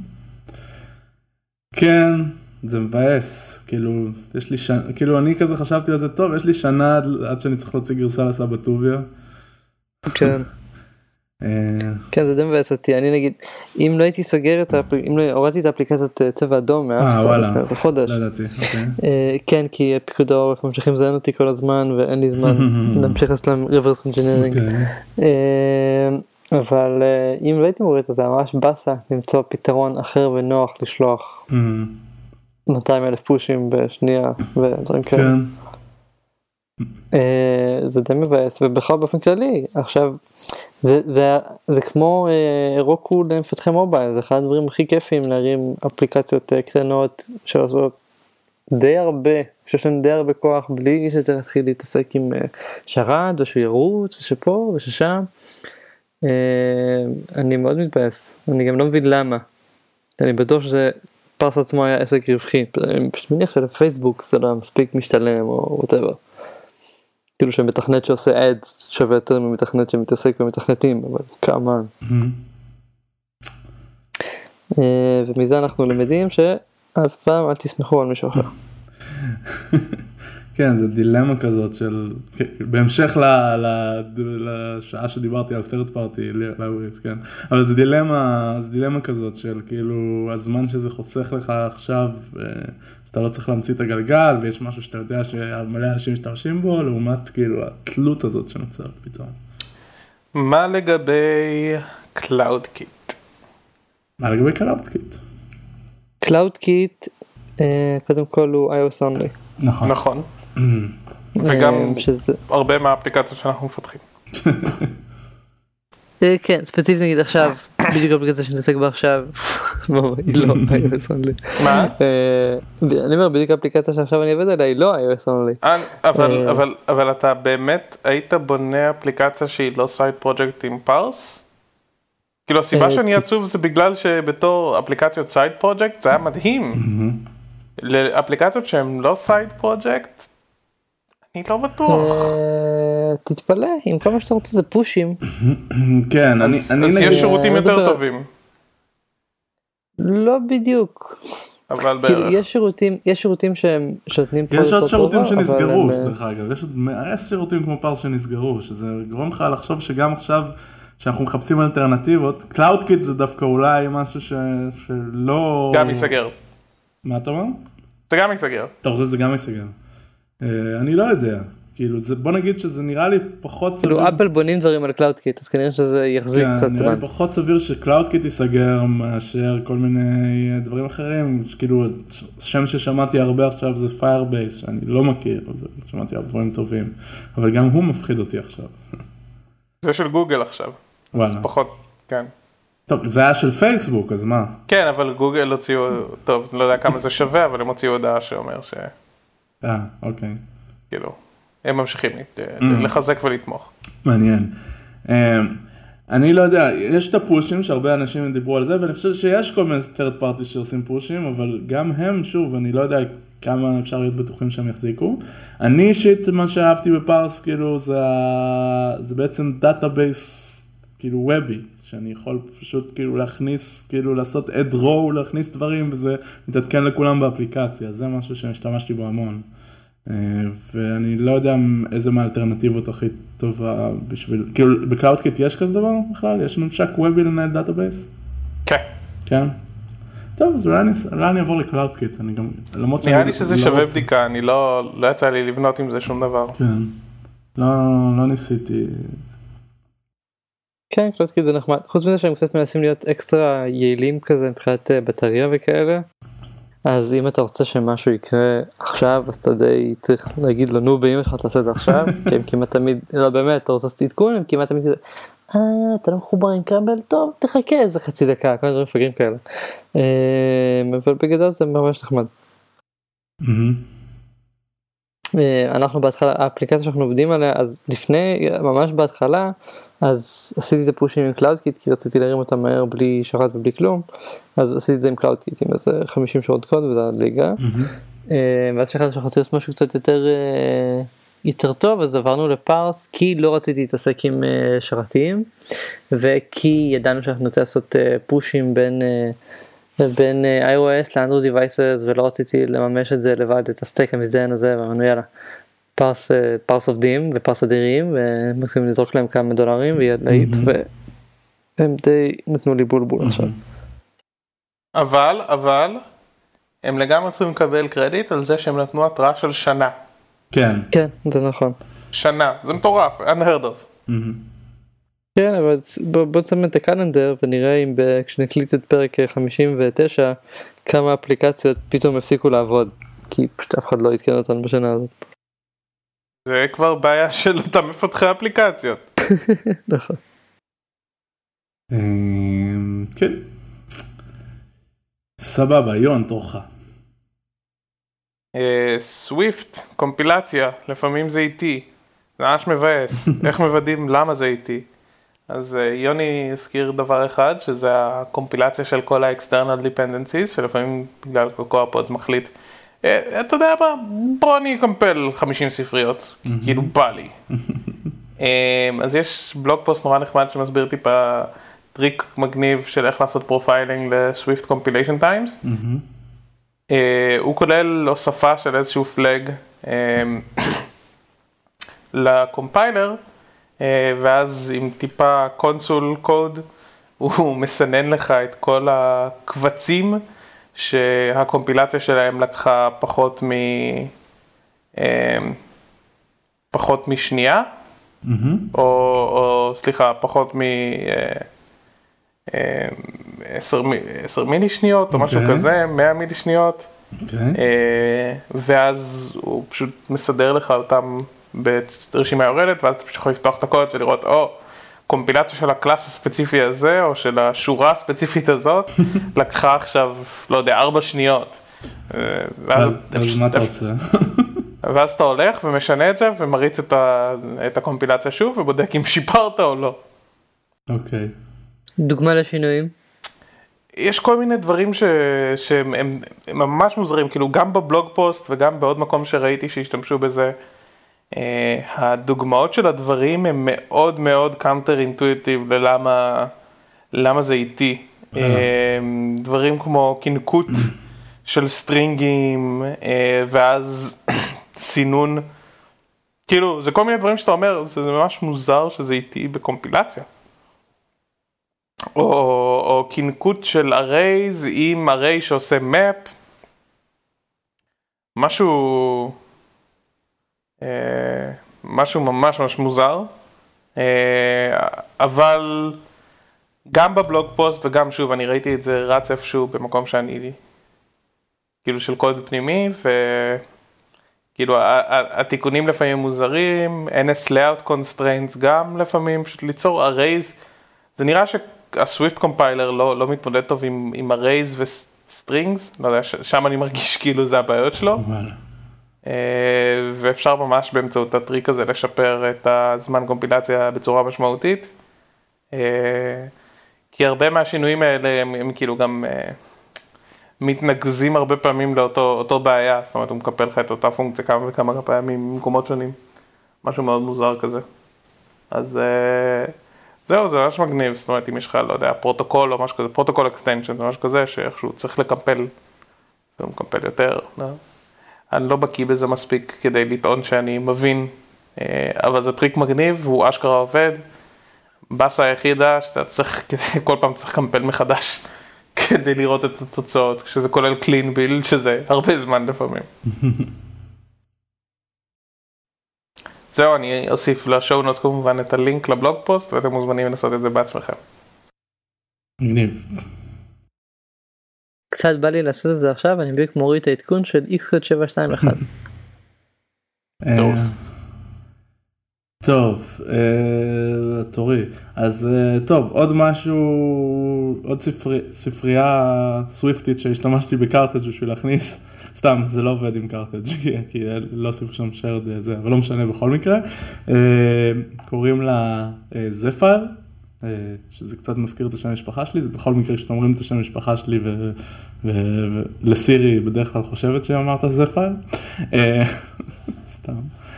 כן, זה מבאס, כאילו, יש לי שנה, כאילו אני כזה חשבתי על זה טוב, יש לי שנה עד שאני צריך להוציא גרסה לסבא טוביה. כן. כן, זה די מבאס אותי, אני נגיד, אם לא הייתי סוגר אם לא הורדתי את האפליקציית צבע אדום מהאפסטור, זה חודש. לא ידעתי, כן, כי פיקוד העורף ממשיכים לזיין אותי כל הזמן, ואין לי זמן להמשיך לעשות להם reverse engineering. אבל אם לא הייתי מוריד את זה, ממש בסה למצוא פתרון אחר ונוח לשלוח 200,000 פושים בשנייה ודברים כאלה. זה די מבאס, ובכלל באופן כללי, עכשיו, זה כמו רוקו למפתחי מובייל, זה אחד הדברים הכי כיפים להרים אפליקציות קטנות שעושות די הרבה, שיש להם די הרבה כוח, בלי שזה להתחיל להתעסק עם שרת ושהוא ירוץ ושפה וששם. אני מאוד מתבאס, אני גם לא מבין למה, אני בטוח שפרס עצמו היה עסק רווחי, אני פשוט מניח שלפייסבוק זה לא מספיק משתלם או whatever. כאילו שמתכנת שעושה אדס שווה יותר ממתכנת שמתעסק במתכנתים, אבל כמה. ומזה אנחנו למדים שאף פעם אל תסמכו על מישהו אחר. כן, זה דילמה כזאת של, בהמשך לשעה שדיברתי על third party, לאוריס, כן, אבל זה דילמה כזאת של כאילו, הזמן שזה חוסך לך עכשיו, שאתה לא צריך להמציא את הגלגל, ויש משהו שאתה יודע שמלא אנשים משתמשים בו, לעומת כאילו התלות הזאת שנוצרת פתאום. מה לגבי CloudKit? מה לגבי CloudKit? CloudKit, קודם כל הוא iOS only. נכון. וגם הרבה מהאפליקציות שאנחנו מפתחים. כן, ספציפית נגיד עכשיו, בדיוק האפליקציה שנתעסק בה עכשיו, היא לא iOS only. מה? אני אומר, בדיוק האפליקציה שעכשיו אני עובד עליה, היא לא iOS only. אבל אתה באמת היית בונה אפליקציה שהיא לא סייד פרויקט עם פארס? כאילו הסיבה שאני עצוב זה בגלל שבתור אפליקציות סייד פרויקט זה היה מדהים. לאפליקציות שהן לא סייד פרויקט, אני לא בטוח. תתפלא, אם כל מה שאתה רוצה זה פושים. כן, אז יש שירותים יותר טובים. לא בדיוק. אבל בערך. יש שירותים שהם שנותנים פה יש עוד שירותים שנסגרו, דרך אגב. יש עוד 10 שירותים כמו פארס שנסגרו, שזה גורם לך לחשוב שגם עכשיו, שאנחנו מחפשים אלטרנטיבות, CloudKit זה דווקא אולי משהו שלא... גם ייסגר. מה אתה אומר? זה גם ייסגר. אתה רוצה שזה גם ייסגר. אני לא יודע. כאילו, בוא נגיד שזה נראה לי פחות סביר. כאילו, אפל בונים דברים על CloudKit, אז כנראה שזה יחזיק קצת זמן. נראה לי פחות סביר ש-CloudKit ייסגר מאשר כל מיני דברים אחרים. כאילו, השם ששמעתי הרבה עכשיו זה Firebase, שאני לא מכיר, שמעתי על דברים טובים. אבל גם הוא מפחיד אותי עכשיו. זה של גוגל עכשיו. וואלה. פחות, כן. טוב, זה היה של פייסבוק, אז מה? כן, אבל גוגל הוציאו, טוב, לא יודע כמה זה שווה, אבל הם הוציאו הודעה שאומר ש... אוקיי. כאילו, הם ממשיכים לחזק ולתמוך. מעניין. אני לא יודע, יש את הפושים שהרבה אנשים דיברו על זה, ואני חושב שיש כל מיני third party שעושים פושים, אבל גם הם, שוב, אני לא יודע כמה אפשר להיות בטוחים שהם יחזיקו. אני אישית, מה שאהבתי בפארס, כאילו, זה בעצם דאטאבייס, כאילו, וובי, שאני יכול פשוט, כאילו, להכניס, כאילו, לעשות add row, להכניס דברים, וזה מתעדכן לכולם באפליקציה. זה משהו שהשתמשתי בו המון. ואני לא יודע איזה מהאלטרנטיבות הכי טובה בשביל, כאילו, ב-CloudKit יש כזה דבר בכלל? יש ממשק וובי לנהל דאטאבייס? כן. כן? טוב, אז אולי אני אעבור ל-CloudKit, אני גם, למרות נראה לי שזה שווה בדיקה, אני לא יצא לי לבנות עם זה שום דבר. כן, לא ניסיתי. כן, CloudKit זה נחמד, חוץ מזה שהם קצת מנסים להיות אקסטרה יעילים כזה מבחינת בטריה וכאלה, אז אם אתה רוצה שמשהו יקרה עכשיו, אז אתה די צריך להגיד לנו באמא שלך תעשה את זה עכשיו, כי הם כמעט תמיד, לא באמת, אתה רוצה לעשות עדכון, הם כמעט תמיד כזה, אתה לא מחובר עם כבל, טוב, תחכה איזה חצי דקה, כל דברים מפגרים כאלה. אבל בגדול זה ממש נחמד. אנחנו בהתחלה, האפליקציה שאנחנו עובדים עליה, אז לפני, ממש בהתחלה, אז עשיתי את הפושים עם CloudKit, כי רציתי להרים אותם מהר בלי שרת ובלי כלום, אז עשיתי את זה עם CloudKit, עם איזה 50 שעות קוד, וזה הליגה. ואז שחררתי שאנחנו רוצים לעשות משהו קצת יותר טוב, אז עברנו לפארס, כי לא רציתי להתעסק עם שרתים, וכי ידענו שאנחנו נוצא לעשות פושים בין iOS לאנדרואיד דיווייסס, ולא רציתי לממש את זה לבד, את הסטייק המזדיין הזה, ואמרנו יאללה. פארס עובדים ופארס אדירים, ומקסימים לזרוק להם כמה דולרים ויד להיט, והם די נתנו לי בולבול עכשיו. אבל, הם לגמרי צריכים לקבל קרדיט על זה שהם נתנו התראה של שנה. כן. כן, זה נכון. שנה, זה מטורף, unheard of. כן, אבל בוא נסמן את הקלנדר, ונראה אם כשנקליט את פרק 59, כמה אפליקציות פתאום הפסיקו לעבוד, כי פשוט אף אחד לא יתקן אותנו בשנה הזאת. זה כבר בעיה של אותם מפתחי אפליקציות. נכון. כן. סבבה, יון, תורך. סוויפט, קומפילציה, לפעמים זה איטי. זה ממש מבאס. איך מוודאים למה זה איטי? אז יוני הזכיר דבר אחד, שזה הקומפילציה של כל ה-external dependencies, שלפעמים בגלל קוקו-הפודס מחליט, אתה יודע מה, בוא אני אקמפל 50 ספריות, כאילו בא לי. אז יש בלוג פוסט נורא נחמד שמסביר טיפה טריק מגניב של איך לעשות פרופיילינג ל-Swift Compilation Times. הוא כולל הוספה של איזשהו פלג לקומפיילר, ואז עם טיפה קונסול קוד, הוא מסנן לך את כל הקבצים שהקומפילציה שלהם לקחה פחות משנייה, או סליחה, פחות מ10 מילי שניות, או משהו כזה, 100 מילי שניות, ואז הוא פשוט מסדר לך אותם ברשימה יורדת, ואז אתה פשוט יכול לפתוח את הקוד ולראות, קומפילציה של הקלאס הספציפי הזה, או של השורה הספציפית הזאת, לקחה עכשיו, לא יודע, 4 שניות. אז מה אתה עושה? ואז אתה הולך ומשנה את זה, ומריץ את הקומפילציה שוב, ובודק אם שיפרת או לא. אוקיי. דוגמה לשינויים? יש כל מיני דברים שהם ממש מוזרים, כאילו גם בבלוג פוסט, וגם בעוד מקום שראיתי שהשתמשו בזה, הדוגמאות של הדברים הם מאוד מאוד קאונטר אינטואיטיב למה זה איטי. דברים כמו קינקות של סטרינגים, ואז סינון, כאילו זה כל מיני דברים שאתה אומר, זה ממש מוזר שזה איטי בקומפילציה. או קינקות של arrays עם array שעושה map, משהו ממש ממש מוזר, אבל גם בבלוג פוסט וגם שוב אני ראיתי את זה רץ איפשהו במקום שאני כאילו של קוד פנימי, וכאילו התיקונים לפעמים מוזרים, NS layout constraints גם לפעמים, פשוט ליצור arrays, זה נראה שהסוויפט קומפיילר לא מתמודד טוב עם arrays וסטרינגס, לא יודע, שם אני מרגיש כאילו זה הבעיות שלו. ואפשר ממש באמצעות הטריק הזה לשפר את הזמן קומפילציה בצורה משמעותית, כי הרבה מהשינויים האלה הם כאילו גם מתנגזים הרבה פעמים לאותו בעיה, זאת אומרת הוא מקפל לך את אותה פונקציה כמה וכמה פעמים ממקומות שונים, משהו מאוד מוזר כזה. אז זהו, זה ממש מגניב, זאת אומרת אם יש לך, לא יודע, פרוטוקול או משהו כזה, פרוטוקול אקסטנשן או משהו כזה, שאיכשהו צריך לקמפל, הוא מקמפל יותר, אני לא בקיא בזה מספיק כדי לטעון שאני מבין, אבל זה טריק מגניב, והוא אשכרה עובד. בסה היחידה שאתה צריך, כל פעם צריך לקמפל מחדש, כדי לראות את התוצאות, כשזה כולל clean build, שזה הרבה זמן לפעמים. זהו, אני אוסיף לשואו נוט כמובן את הלינק לבלוג פוסט, ואתם מוזמנים לנסות את זה בעצמכם. מגניב. קצת בא לי לעשות את זה עכשיו, אני בדיוק מוריד את העדכון של Xcode 721. טוב, תורי. אז טוב, עוד משהו, עוד ספרייה סוויפטית שהשתמשתי בקארטג' בשביל להכניס, סתם, זה לא עובד עם קארטג' כי לא הוסיפו שם שרד זה, אבל לא משנה בכל מקרה. קוראים לה זפייל, שזה קצת מזכיר את השם המשפחה שלי, זה בכל מקרה כשאתם אומרים את השם המשפחה שלי ולסירי בדרך כלל חושבת שאמרת זפייל, סתם.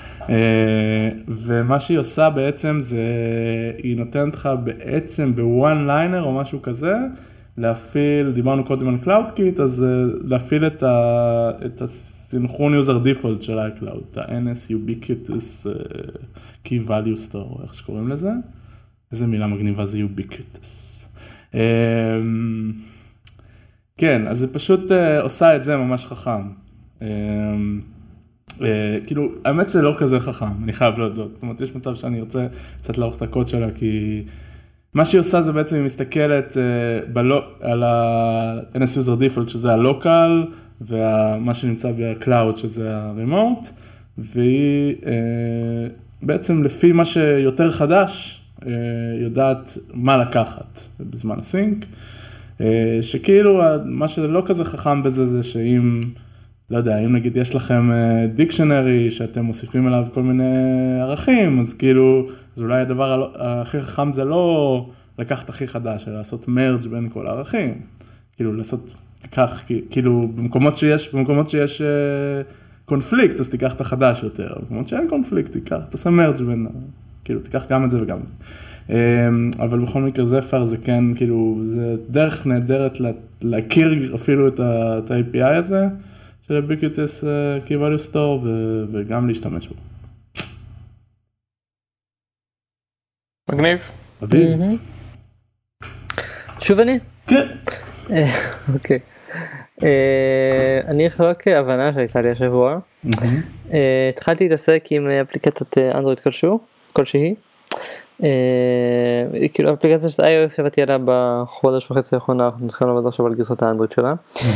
ומה שהיא עושה בעצם זה, היא נותנת לך בעצם בוואן ליינר או משהו כזה, להפעיל, דיברנו קודם על CloudKit, אז להפעיל את הסינכרון יוזר דיפולט של iCloud, את ה-NS Ubiquitous Key Value Store, איך שקוראים לזה. איזה מילה מגניבה זה Ubiquitous. כן, אז זה פשוט עושה את זה ממש חכם. כאילו, האמת שזה לא כזה חכם, אני חייב להודות. זאת אומרת, יש מצב שאני ארצה קצת לערוך את הקוד שלה, כי מה שהיא עושה זה בעצם היא מסתכלת על ה-NS User Default, שזה ה-Local, ומה שנמצא ב-Cloud, שזה ה-Remote, והיא בעצם לפי מה שיותר חדש, יודעת מה לקחת בזמן הסינק, שכאילו מה שלא כזה חכם בזה זה שאם, לא יודע, אם נגיד יש לכם דיקשנרי שאתם מוסיפים אליו כל מיני ערכים, אז כאילו, אז אולי הדבר הכי חכם זה לא לקחת הכי חדש, אלא לעשות מרג' בין כל הערכים, כאילו לעשות כך, כאילו במקומות שיש קונפליקט, אז תיקח את החדש יותר, במקומות שאין קונפליקט, תעשה מרג' בין, כאילו תיקח גם את זה וגם את זה. אבל בכל מקרה זפר זה כן, כאילו, זה דרך נהדרת להכיר אפילו את ה-API הזה, של Ubiquitous Key Value Store וגם להשתמש בו. מגניב. אביב? שוב אני? כן. אוקיי. אני אחלוק הבנה שהייתה לי השבוע. התחלתי להתעסק עם אפליקציית אנדרואיד כלשהי. כאילו אפליקציה של iOS שעבדתי עליה בחודש וחצי האחרונה, אנחנו מתחילים לעבוד עכשיו על גרסת האנדרואיד שלה.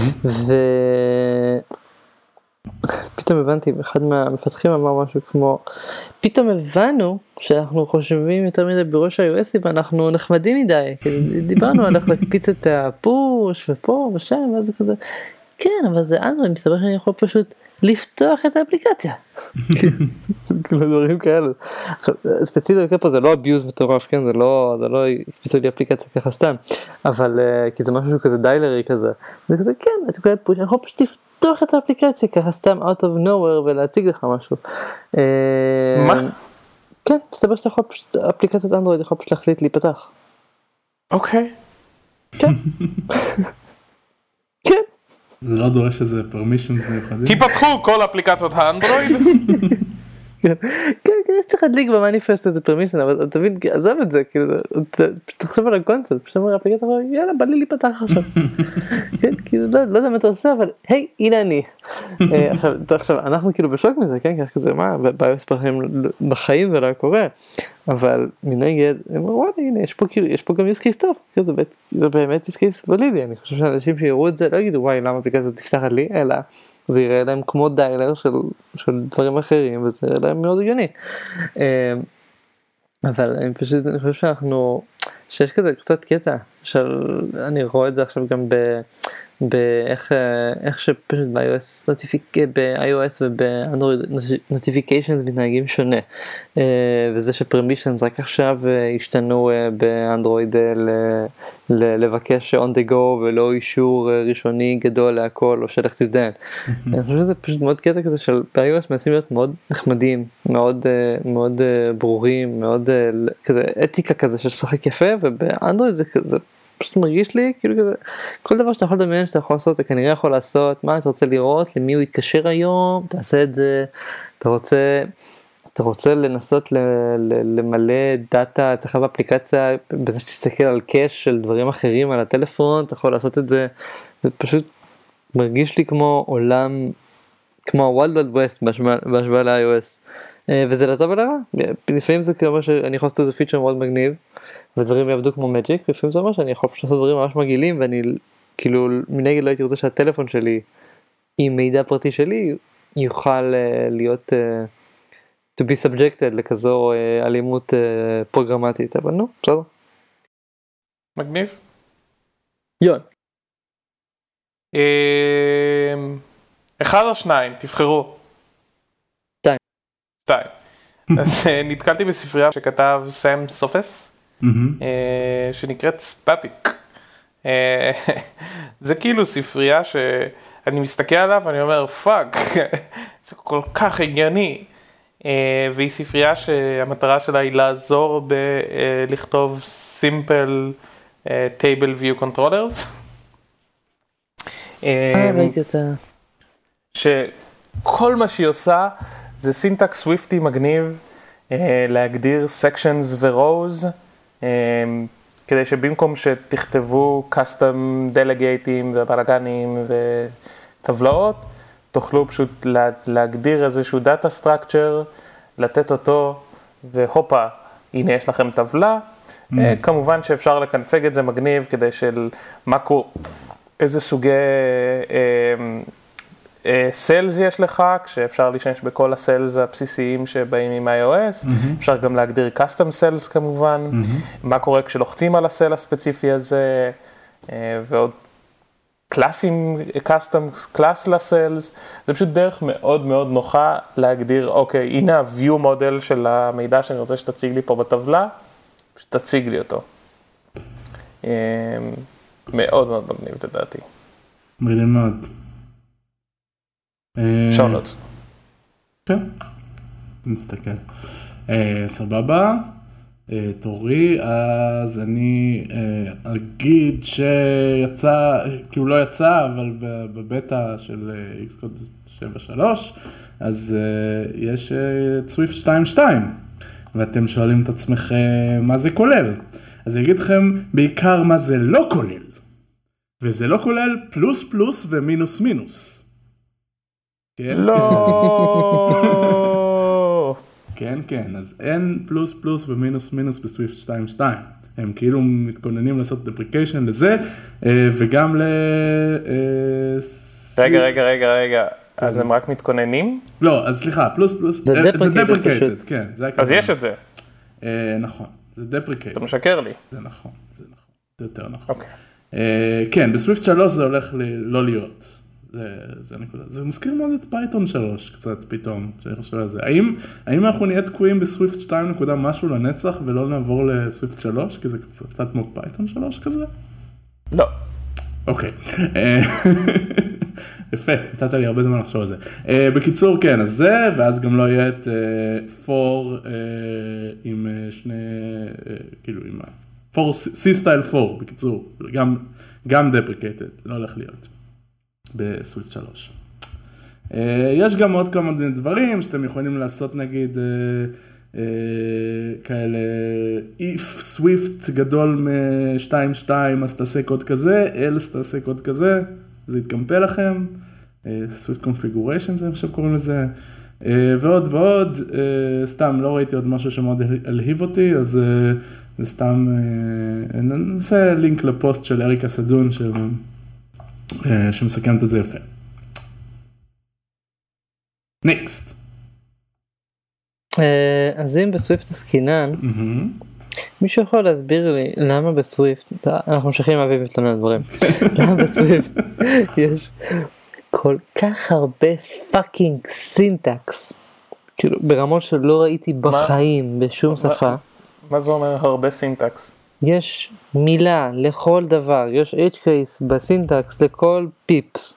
ופתאום הבנתי, אחד מהמפתחים אמר משהו כמו, פתאום הבנו שאנחנו חושבים יותר מדי בראש iOS ואנחנו נחמדים מדי, דיברנו על איך להקפיץ את הפוש ופה ושם ואז זה כזה, כן אבל זה אנדרואיד, מסתבר שאני יכול פשוט לפתוח את האפליקציה. כאילו דברים כאלה. עכשיו, ספציפית פה זה לא אביוז מטורף, כן? זה לא הקפיצו לי אפליקציה ככה סתם, אבל כי זה משהו כזה דיילרי כזה. זה כזה, כן, אני יכול פשוט לפתוח את האפליקציה ככה סתם out of nowhere ולהציג לך משהו. מה? כן, מסתבר שאתה יכול פשוט, אפליקציית אנדרואיד יכול פשוט להחליט להיפתח. אוקיי. כן. כן. זה לא דורש איזה permissions מיוחדים? כי פתחו כל אפליקציות האנדרואיד. כן, יש לך להדליק במניפסט איזה פרמישן, אבל תבין, עזב את זה, כאילו, תחשוב על הקונספט, פשוט אומר אפליקציה, יאללה, בא לי להיפתח עכשיו. כן, כאילו, לא יודע מה אתה עושה, אבל היי, הנה אני. עכשיו, אנחנו כאילו בשוק מזה, כן, כזה, מה, ביוס בחיים זה לא קורה, אבל מנגד, וואלה, הנה, יש פה גם use case טוב, זה באמת use case ולידי, אני חושב שאנשים שיראו את זה, לא יגידו, וואי, למה אפליקציה תפתחת לי, אלא, זה יראה להם כמו דיילר של דברים אחרים, וזה יראה להם מאוד הגיוני. אבל אני חושב שיש כזה קצת קטע, אני רואה את זה עכשיו גם באיך שפשוט ב-iOS ובאנדרואיד נוטיפיקיישנס מתנהגים שונה, וזה שפרמישנס רק עכשיו השתנו באנדרואיד לבקש on the go ולא אישור ראשוני גדול להכל או שלך תזדהן. אני חושב שזה פשוט מאוד קטע כזה של ב-iOS מנסים להיות מאוד נחמדים, מאוד ברורים, מאוד כזה אתיקה כזה של שחק יפה, ובאנדרואיד זה פשוט מרגיש לי כאילו כזה, כל דבר שאתה יכול לדמיין שאתה יכול לעשות, אתה כנראה יכול לעשות, מה אתה רוצה לראות, למי הוא יתקשר היום, תעשה את זה, אתה רוצה לנסות למלא דאטה אצלך באפליקציה, בזה שתסתכל על קאש של דברים אחרים על הטלפון, אתה יכול לעשות את זה, זה פשוט מרגיש לי כמו עולם, כמו ה-Wild West בהשוואה ל-iOS, וזה לטוב ולרע, לפעמים זה כמו שאני יכול לעשות איזה פיצ'ר מאוד מגניב, ודברים יעבדו כמו מג'יק, לפעמים זה אומר שאני יכול פשוט לעשות דברים ממש מגעילים, ואני כאילו מנגד לא הייתי רוצה שהטלפון שלי, עם מידע פרטי שלי, יוכל להיות, to be subjected לכזו אלימות פרוגרמטית, אבל נו, בסדר. מגניב. יון. אחד או שניים, תבחרו. שתיים. אז נתקלתי בספרייה שכתב סם סופס, שנקראת סטטיק. זה כאילו ספרייה שאני מסתכל עליו ואני אומר פאק, זה כל כך הגיוני, והיא ספרייה שהמטרה שלה היא לעזור בלכתוב simple table view controllers. ראיתי אותה. שכל מה שהיא עושה זה סינטקס סוויפטי מגניב, להגדיר sections ו-rows, כדי שבמקום שתכתבו custom delegate'ים ובלגנים וטבלאות, תוכלו פשוט להגדיר איזשהו data structure, לתת אותו, והופה, הנה יש לכם טבלה. כמובן שאפשר לקנפג את זה מגניב, כדי של איזה סוגי סלס יש לך, כשאפשר להשתמש בכל הסלס הבסיסיים שבאים עם iOS, אפשר גם להגדיר custom סלס כמובן, מה קורה כשלוחצים על הסל הספציפי הזה, ועוד קלאסים, custom קלאס לסלס, זה פשוט דרך מאוד מאוד נוחה להגדיר, אוקיי, הנה ה-view model של המידע שאני רוצה שתציג לי פה בטבלה, פשוט תציג לי אותו. מאוד מאוד מגניב לדעתי. מגניב מאוד. שונות. כן, נסתכל. סבבה. תורי, אז אני אגיד שיצא, כי הוא לא יצא, אבל בבטא של Xcode 7.3, אז יש Swift 2.2, ואתם שואלים את עצמכם מה זה כולל. אז אני אגיד לכם בעיקר מה זה לא כולל, וזה לא כולל פלוס פלוס ומינוס מינוס. כן? לא! כן, כן, אז אין פלוס פלוס ומינוס מינוס בסוויפט 2.2. הם כאילו מתכוננים לעשות דפריקיישן לזה, וגם ל... רגע, אז הם רק מתכוננים? לא, אז סליחה, פלוס פלוס, זה דפריקייטד, כן. אז יש את זה. נכון, זה דפריקייטד. אתה משקר לי. זה נכון, זה יותר נכון. אוקיי. כן, בסוויפט 3 זה הולך לא להיות. זה נקודה. זה מזכיר מאוד את פייתון 3 קצת פתאום, שאני חושב על זה. האם אנחנו נהיה תקועים בסוויפט 2 נקודה משהו לנצח ולא נעבור לסוויפט 3? כי זה קצת כמו פייתון 3 כזה? לא. אוקיי. יפה, נתת לי הרבה זמן לחשוב על זה. בקיצור, כן, אז זה, ואז גם לא יהיה את פור עם שני, כאילו עם C-Style 4, בקיצור, גם deprecated, לא הולך להיות. בסוויפט 3. יש גם עוד כמה דברים שאתם יכולים לעשות, נגיד, כאלה, if סוויפט גדול מ-2.2, אז תעשה קוד כזה, else תעשה קוד כזה, זה יתקמפה לכם, סוויפט configuration, זה אני חושב קוראים לזה, ועוד ועוד, סתם, לא ראיתי עוד משהו שמאוד הלהיב אותי, אז זה סתם, נעשה לינק לפוסט של אריקה סדון, שמסכמת את זה יפה. נקסט. אז אם בסוויפט עסקינן, מישהו יכול להסביר לי למה בסוויפט, אנחנו ממשיכים להביא מתלונן הדברים, למה בסוויפט יש כל כך הרבה פאקינג סינטקס, כאילו ברמות שלא ראיתי בחיים בשום שפה. מה זה אומר הרבה סינטקס? יש מילה לכל דבר, יש h-case בסינטקס לכל פיפס.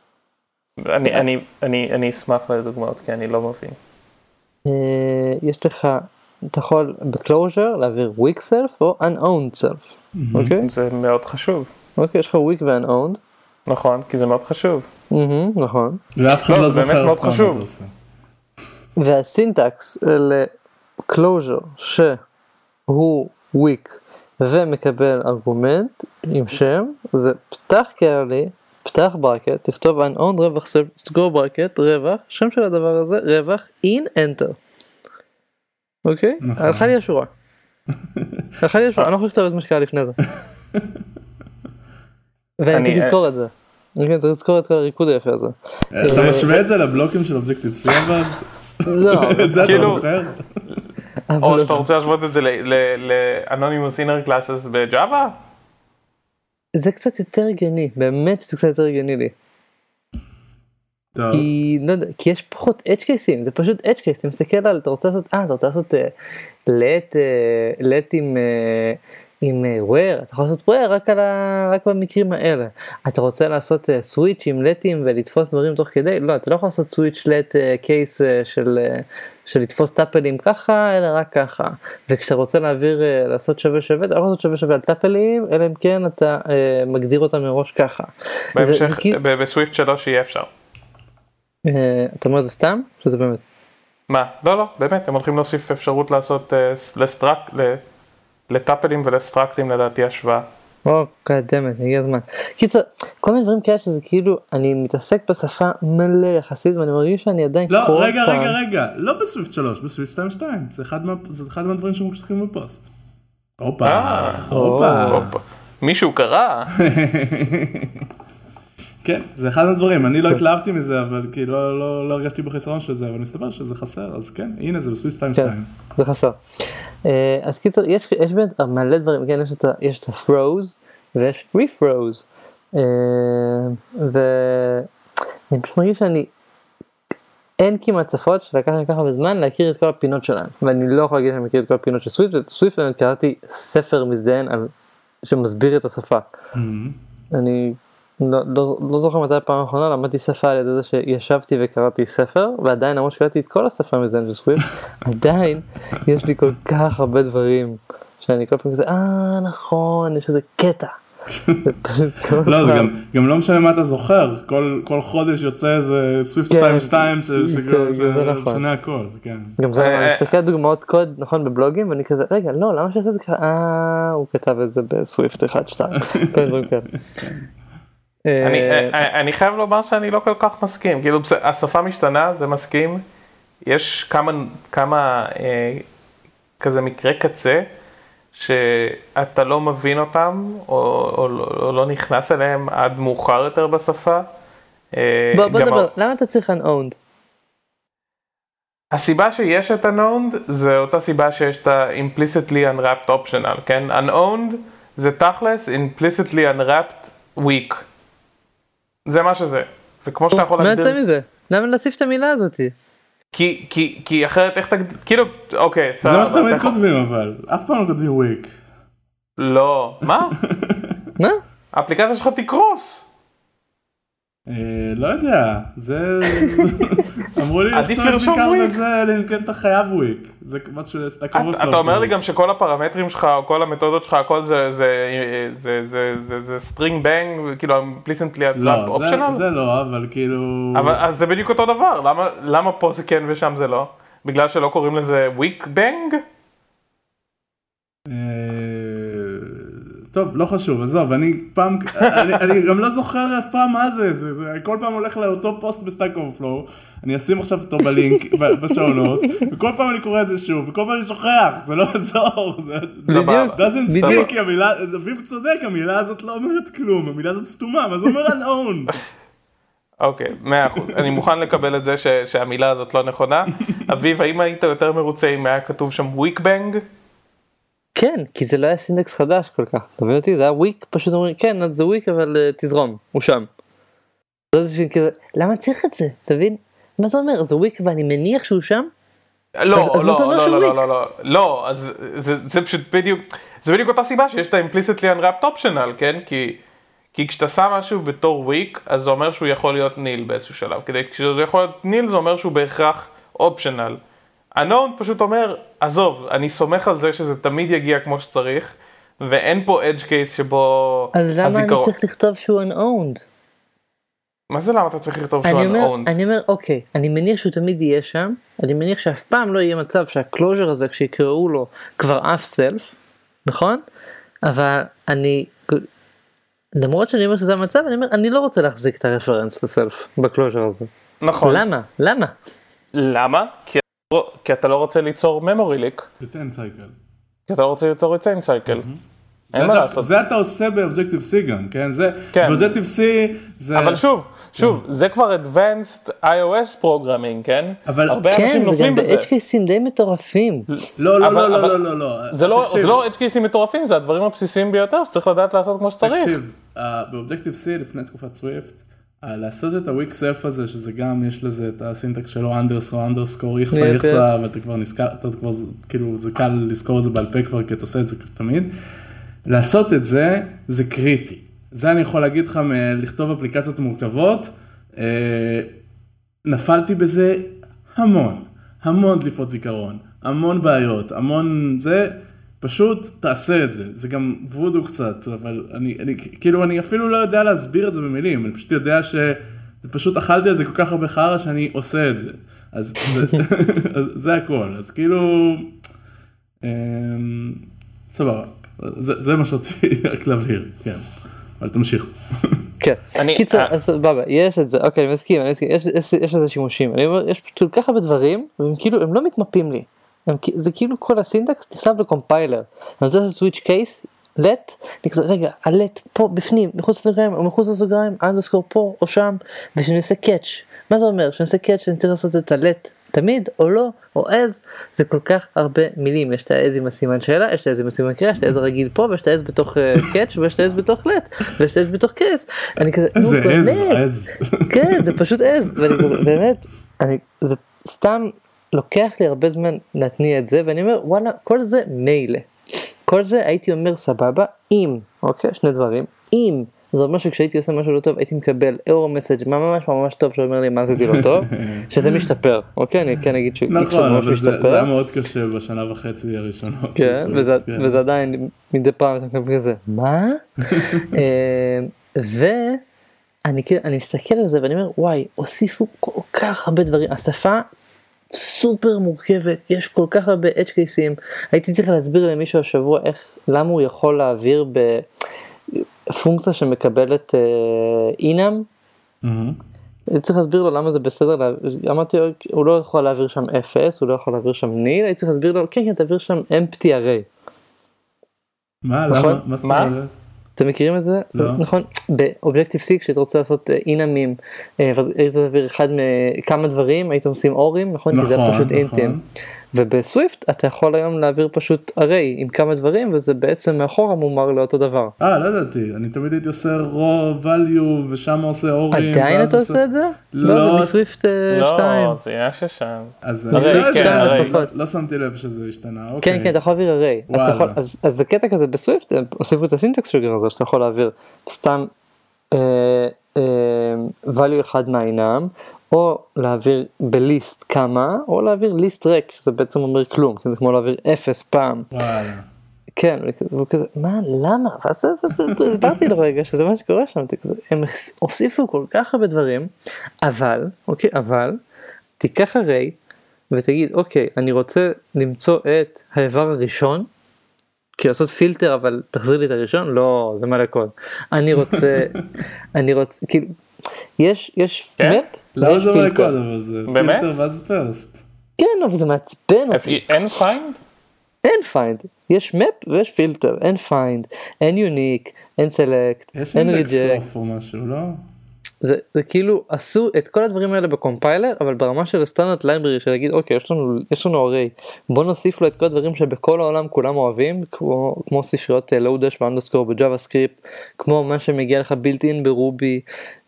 אני אשמח לדוגמאות, כי אני לא מבין. יש לך, אתה יכול ב-closure להעביר weak self או unowned self, אוקיי? זה מאוד חשוב. אוקיי, יש לך weak ו-unowned. נכון, כי זה מאוד חשוב. נכון. ואף אחד לא זוכר אף פעם מה זה עושה. והסינטקס ל-closure שהוא weak ומקבל ארגומנט עם שם, זה פתח קרלי, פתח ברקט, תכתוב unowned רווח self, סגור ברקט, רווח, שם של הדבר הזה, רווח in enter. אוקיי? הלכה לי השורה. הלכה לי השורה, אני לא יכול לכתוב את מה שקרה לפני זה. ואני צריך לזכור את זה. אני צריך לזכור את כל הריקוד היפה הזה. אתה משווה את זה לבלוקים של Objective-C אבל? לא. את זה אתה זוכר? או שאתה רוצה להשוות את זה ל-Anonymous Inner Classes בג'אווה? זה קצת יותר הגיוני, באמת זה קצת יותר הגיוני לי. כי, לא יודע, כי יש פחות edge cases, זה פשוט edge case, אתה מסתכל על, אתה רוצה לעשות let עם where, אתה יכול לעשות where רק במקרים האלה. אתה רוצה לעשות switch עם letים ולתפוס דברים תוך כדי, לא, אתה לא יכול לעשות switch let case של לתפוס טאפלים ככה, אלא רק ככה. וכשאתה רוצה לעשות שווה שווה, אתה לא יכול לעשות שווה שווה על טאפלים, אלא אם כן אתה מגדיר אותם מראש ככה. בהמשך, בסוויפט 3 יהיה אפשר. אתה אומר זה סתם? שזה באמת? מה? לא, באמת, הם הולכים להוסיף אפשרות לעשות לטאפלים ולסטרקטים לדעתי השוואה. קדמת, הגיע הזמן. קיצר, כל מיני דברים כאלה שזה כאילו, אני מתעסק בשפה מלא יחסית, ואני מרגיש שאני עדיין לא, רגע, לא בסוויפט 3, בסוויפט 2.2, זה אחד מהדברים שמושכים בפוסט. הופה. מישהו קרא? כן, זה אחד מהדברים, אני לא התלהבתי מזה, אבל כי לא הרגשתי בחיסרון של זה, אבל מסתבר שזה חסר, אז כן, הנה זה בסוויפט 2.2. זה חסר. אז קיצר, יש באמת מלא דברים, כן, יש את ה-froze ויש refroze, ואני פשוט מרגיש שאני, אין כמעט שפות שלקח לי ככה בזמן להכיר את כל הפינות שלהן, ואני לא יכול להגיד שאני מכיר את כל הפינות של סוויפט, וסוויפט אני קראתי ספר מזדיין שמסביר את השפה. אני לא זוכר מתי הפעם האחרונה למדתי שפה על ידי זה שישבתי וקראתי ספר, ועדיין למרות שקראתי את כל הספר מזדיין של סוויפט, עדיין יש לי כל כך הרבה דברים שאני כל פעם כזה, נכון, יש איזה קטע. לא, זה גם לא משנה מה אתה זוכר, כל חודש יוצא איזה סוויפט 2 שמשנה הכל. גם זה, אני מסתכל על דוגמאות קוד, נכון, בבלוגים, ואני כזה, רגע, לא, למה שעשה את זה ככה? הוא כתב את זה בסוויפט 1-2, כל דברים כאלה. אני חייב לומר שאני לא כל כך מסכים, כאילו השפה משתנה, זה מסכים, יש כמה כזה מקרה קצה, שאתה לא מבין אותם, או לא נכנס אליהם עד מאוחר יותר בשפה. בוא נדבר, למה אתה צריך unowned? הסיבה שיש את unowned, זה אותה סיבה שיש את ה-implicitly unwrapped optional, כן? unowned זה תכלס implicitly unwrapped weak. זה מה שזה. וכמו שאתה יכול להגדיר... מה יוצא מזה? למה להוסיף את המילה הזאת? כי אחרת איך תגדיר, כאילו, אוקיי, זה מה שתמיד כותבים אבל, אף פעם לא כותבים וויק. לא, מה? מה? האפליקציה שלך תקרוס. לא יודע, זה... אמרו לי להשתמש בעיקר בזה, אם כן אתה חייב וויק. זה משהו שאתה קרוב טוב. אתה אומר לי גם שכל הפרמטרים שלך, או כל המתודות שלך, הכל זה סטרינג בנג, כאילו implicitly optional? לא, זה לא, אבל כאילו... אז זה בדיוק אותו דבר, למה פה זה כן ושם זה לא? בגלל שלא קוראים לזה weak bang? טוב, לא חשוב, עזוב, אני גם לא זוכר אף פעם מה זה, כל פעם הולך לאותו פוסט בסטאק אוברפלואו, אני אשים עכשיו אותו בלינק בשעונות, וכל פעם אני קורא את זה שוב, וכל פעם אני שוכח, זה לא עזור, זה doesn't stick, אביב צודק, המילה הזאת לא אומרת כלום, המילה הזאת סתומה, מה זה אומר unowned? אוקיי, 100%, אני מוכן לקבל את זה שהמילה הזאת לא נכונה. אביב, האם היית יותר מרוצה אם היה כתוב שם weak bang? כן, כי זה לא היה סינדקס חדש כל כך, אתה מבין אותי? זה היה וויק, פשוט אומרים, כן, זה וויק, אבל תזרום, הוא שם. למה צריך את זה, תבין? מה זה אומר? זה וויק ואני מניח שהוא שם? לא, אז זה פשוט בדיוק, זה בדיוק אותה סיבה שיש את ה-implicitly unwrapped optional, כן? כי כשאתה שם משהו בתור וויק, אז זה אומר שהוא יכול להיות ניל באיזשהו שלב, כשזה יכול להיות ניל זה אומר שהוא בהכרח optional. unknown פשוט אומר, עזוב, אני סומך על זה שזה תמיד יגיע כמו שצריך, ואין פה edge case שבו... אז למה אני צריך לכתוב שהוא unowned? מה זה למה אתה צריך לכתוב שהוא unowned? אני אומר, אוקיי, אני מניח שהוא תמיד יהיה שם, אני מניח שאף פעם לא יהיה מצב שהקלוז'ר הזה, כשיקראו לו, כבר אף סלף, נכון? אבל אני, למרות שאני אומר שזה המצב, אני אומר, אני לא רוצה להחזיק את הרפרנס לסלף בקלוז'ר הזה. נכון. למה? למה? כי אתה לא רוצה ליצור memory leak. retain cycle. כי אתה לא רוצה ליצור retain cycle. אין מה לעשות. זה אתה עושה ב-Objective-C גם, כן? ב-Objective-C זה... אבל שוב, זה כבר Advanced iOS Programming, כן? הרבה אנשים נופלים בזה. כן, זה גם ב-Edge-Case'ים די מטורפים. לא. זה לא Edge-Case'ים מטורפים, זה הדברים הבסיסיים ביותר, שצריך לדעת לעשות כמו שצריך. תקשיב, ב-Objective-C לפני תקופת סוויפט, לעשות את ה-weak self הזה, שזה גם יש לזה את הסינטקס שלו, underscore, יחסה, ואתה כבר נזכר, כאילו זה קל לזכור את זה בעל פה כבר, כי אתה עושה את זה תמיד. לעשות את זה, זה קריטי. זה אני יכול להגיד לך, לכתוב אפליקציות מורכבות, נפלתי בזה המון דליפות זיכרון, המון בעיות, המון זה, פשוט תעשה את זה. זה גם וודו קצת, אבל אני אפילו לא יודע להסביר את זה במילים, אני פשוט יודע פשוט אכלתי על זה כל כך הרבה חרא שאני עושה את זה. אז זה הכל. אז כאילו, סבבה. זה מה שרציתי רק להבהיר, כן. אבל תמשיך. כן. קיצר, אז סבבה, יש את זה, אוקיי, אני מסכים, יש לזה שימושים. אני אומר, יש כל כך הרבה דברים, והם כאילו, הם לא מתמפים לי. זה כאילו כל הסינטקס נכתב לקומפיילר. אני רוצה לעשות סוויץ' קייס, let, רגע, ה-let פה בפנים, מחוץ לסוגריים או מחוץ לסוגריים, underscore פה או שם, ושאני עושה catch. מה זה אומר? שאני עושה catch, אני צריך לעשות את ה-let תמיד או לא, או as, זה כל כך הרבה מילים. יש את ה-as עם הסימן שאלה, יש את ה-as עם הסימן קריאה, יש את ה-as הרגיל פה, ויש את ה-as בתוך catch, ויש את ה-as בתוך let, ויש את ה-as בתוך case. אני כזה, זה as. כן, זה פשוט as. ואני כזה, באמת, זה סתם לוקח לי הרבה זמן להתניע את זה, ואני אומר, וואלה, כל זה מילא. כל זה הייתי אומר סבבה, אם, אוקיי, שני דברים, אם זה אומר שכשהייתי עושה משהו לא טוב, הייתי מקבל error message ממש טוב, שאומר לי מה זה לא טוב, שזה משתפר, אוקיי? אני כן אגיד נכון, אבל זה היה מאוד קשה בשנה וחצי הראשונות. כן, וזה עדיין מדי פעם אתה מקבל כזה, מה? ואני מסתכל על זה ואני אומר, וואי, הוסיפו כל כך הרבה דברים, השפה סופר מורכבת, יש כל כך הרבה edge cases, הייתי צריך להסביר למישהו השבוע למה הוא יכול להעביר בפונקציה שמקבלת אינם, צריך להסביר לו למה זה בסדר, אמרתי, הוא לא יכול להעביר שם 0, הוא לא יכול להעביר שם ניל, הייתי צריך להסביר לו, כן, תעביר שם empty array. מה? למה? מה זאת אומרת? אתם מכירים את זה? לא. נכון, באובייקטיב-C כשאתה רוצה לעשות אינמים, היית להעביר כמה דברים, היית עושים אורים, נכון? כי זה פשוט אינטים. ובסוויפט אתה יכול היום להעביר פשוט array עם כמה דברים, וזה בעצם מאחורה מומר לאותו דבר. לא ידעתי, אני תמיד הייתי עושה raw value ושם עושה אורים. עדיין אתה עושה את זה? לא, זה בסוויפט 2. לא, זה היה ששם. אז לא שמתי לב שזה השתנה, אוקיי. כן, אתה יכול להעביר array. אז זה קטע כזה בסוויפט, הוסיפו את הסינטקס שגר הזה, שאתה יכול להעביר סתם value אחד מהאינם, או להעביר בליסט כמה, או להעביר ליסט ריק, שזה בעצם אומר כלום, זה כמו להעביר 0 פעם. וואלה. כן, וכזה, מה, למה? ואז הסברתי לו רגע שזה מה שקורה שם, הם הוסיפו כל כך הרבה דברים, אבל, תיקח array, ותגיד, אוקיי, אני רוצה למצוא את האיבר הראשון, כי לעשות פילטר, אבל תחזיר לי את הראשון, לא, זה מלא קוד. אני רוצה, כאילו, יש מפ, לא זה מלא קוד, אבל זה פילטר ואז פרסט. כן, אבל זה מעצבן אותי. אין פיינד? אין פיינד, יש מפ ויש פילטר, אין פיינד, אין יוניק, אין סלקט, יש אין אינדקס ריג'קט. סוף או משהו, לא? זה כאילו עשו את כל הדברים האלה בקומפיילר, אבל ברמה של הסטנדרט לייברי, של להגיד אוקיי, יש לנו array, בוא נוסיף לו את כל הדברים שבכל העולם כולם אוהבים, כמו ספריות לואודש ואנדרסקור בג'אווה סקריפט, כמו מה שמגיע לך בילט אין ברובי,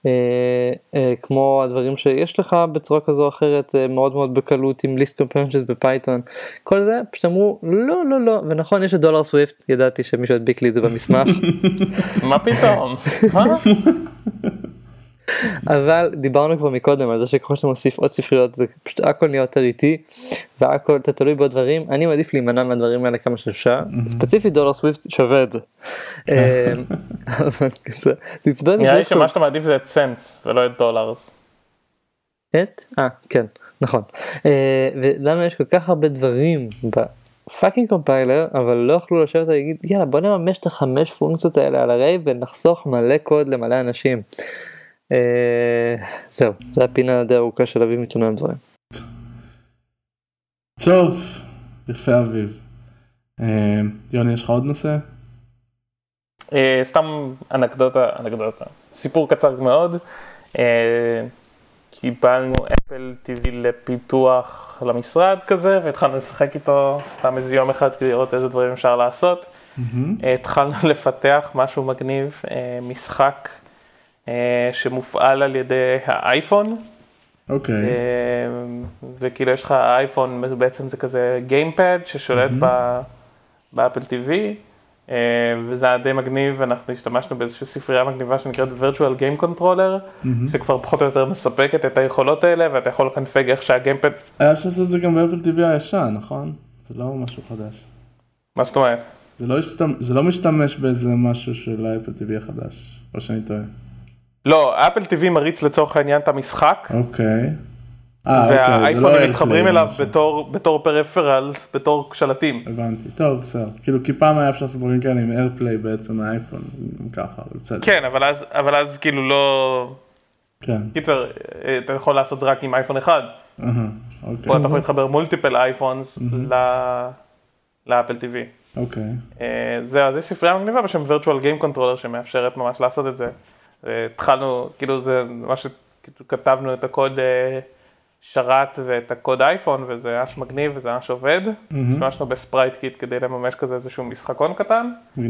כמו הדברים שיש לך בצורה כזו או אחרת, מאוד מאוד בקלות עם ליסט קומפרנצ'ס בפייתון, כל זה פשוט אמרו לא, ונכון יש את דולר סוויפט, ידעתי שמישהו הדביק לי את זה במסמך. מה פתאום? אבל דיברנו כבר מקודם על זה שככל שאתה מוסיף עוד ספריות זה פשוט הכל נהיה יותר איטי והכל אתה תלוי בעוד דברים, אני מעדיף להימנע מהדברים האלה כמה שאפשר, ספציפית דולר סוויפט שווה את זה. נראה לי שמה שאתה מעדיף זה את סנס ולא את דולרס. כן, נכון. ולמה יש כל כך הרבה דברים בפאקינג קומפיילר, אבל לא יכלו לשבת ולהגיד יאללה בוא נממש את 5 פונקציות האלה על array ונחסוך מלא קוד למלא אנשים. זהו, זה הפינה די ארוכה של אביב מתונן דברים. טוב, יפה אביב. יוני, יש לך עוד נושא? סתם אנקדוטה, סיפור קצר מאוד. קיבלנו אפל TV לפיתוח למשרד כזה, והתחלנו לשחק איתו סתם איזה יום אחד כדי לראות איזה דברים אפשר לעשות. התחלנו לפתח משהו מגניב, משחק שמופעל על ידי האייפון. אוקיי. וכאילו יש לך אייפון, בעצם זה כזה גיימפד ששולט באפל TV, וזה היה די מגניב, ואנחנו השתמשנו באיזושהי ספרייה מגניבה שנקראת Virtual Game Controller, שכבר פחות או יותר מספקת את היכולות האלה, ואתה יכול לקנפג איך שהגיימפד... היה שעשת את זה גם באפל TV הישן, נכון? זה לא משהו חדש. מה זאת אומרת? זה לא משתמש באיזה משהו של האפל TV החדש, או שאני טועה. לא, אפל TV מריץ לצורך העניין את המשחק. אוקיי. והאייפונים מתחברים אליו בתור פרפרלס, בתור שלטים. הבנתי, טוב, בסדר. כאילו, כי פעם היה אפשר לעשות דברים כאלה עם איירפליי בעצם האייפון, גם ככה, אבל בסדר. כן, אבל אז כאילו לא... כן. קיצר, אתה יכול לעשות זה רק עם אייפון אחד. אוקיי. פה אתה יכול להתחבר מולטיפל אייפונס לאפל TV. אוקיי. זהו, אז יש ספרייה מגניבה בשם Virtual Game Controller שמאפשרת ממש לעשות את זה. התחלנו, כאילו זה מה שכתבנו את הקוד שרת ואת הקוד אייפון, וזה היה מגניב וזה היה שעובד. השתמשנו בספרייט קיט כדי לממש כזה איזשהו משחקון קטן.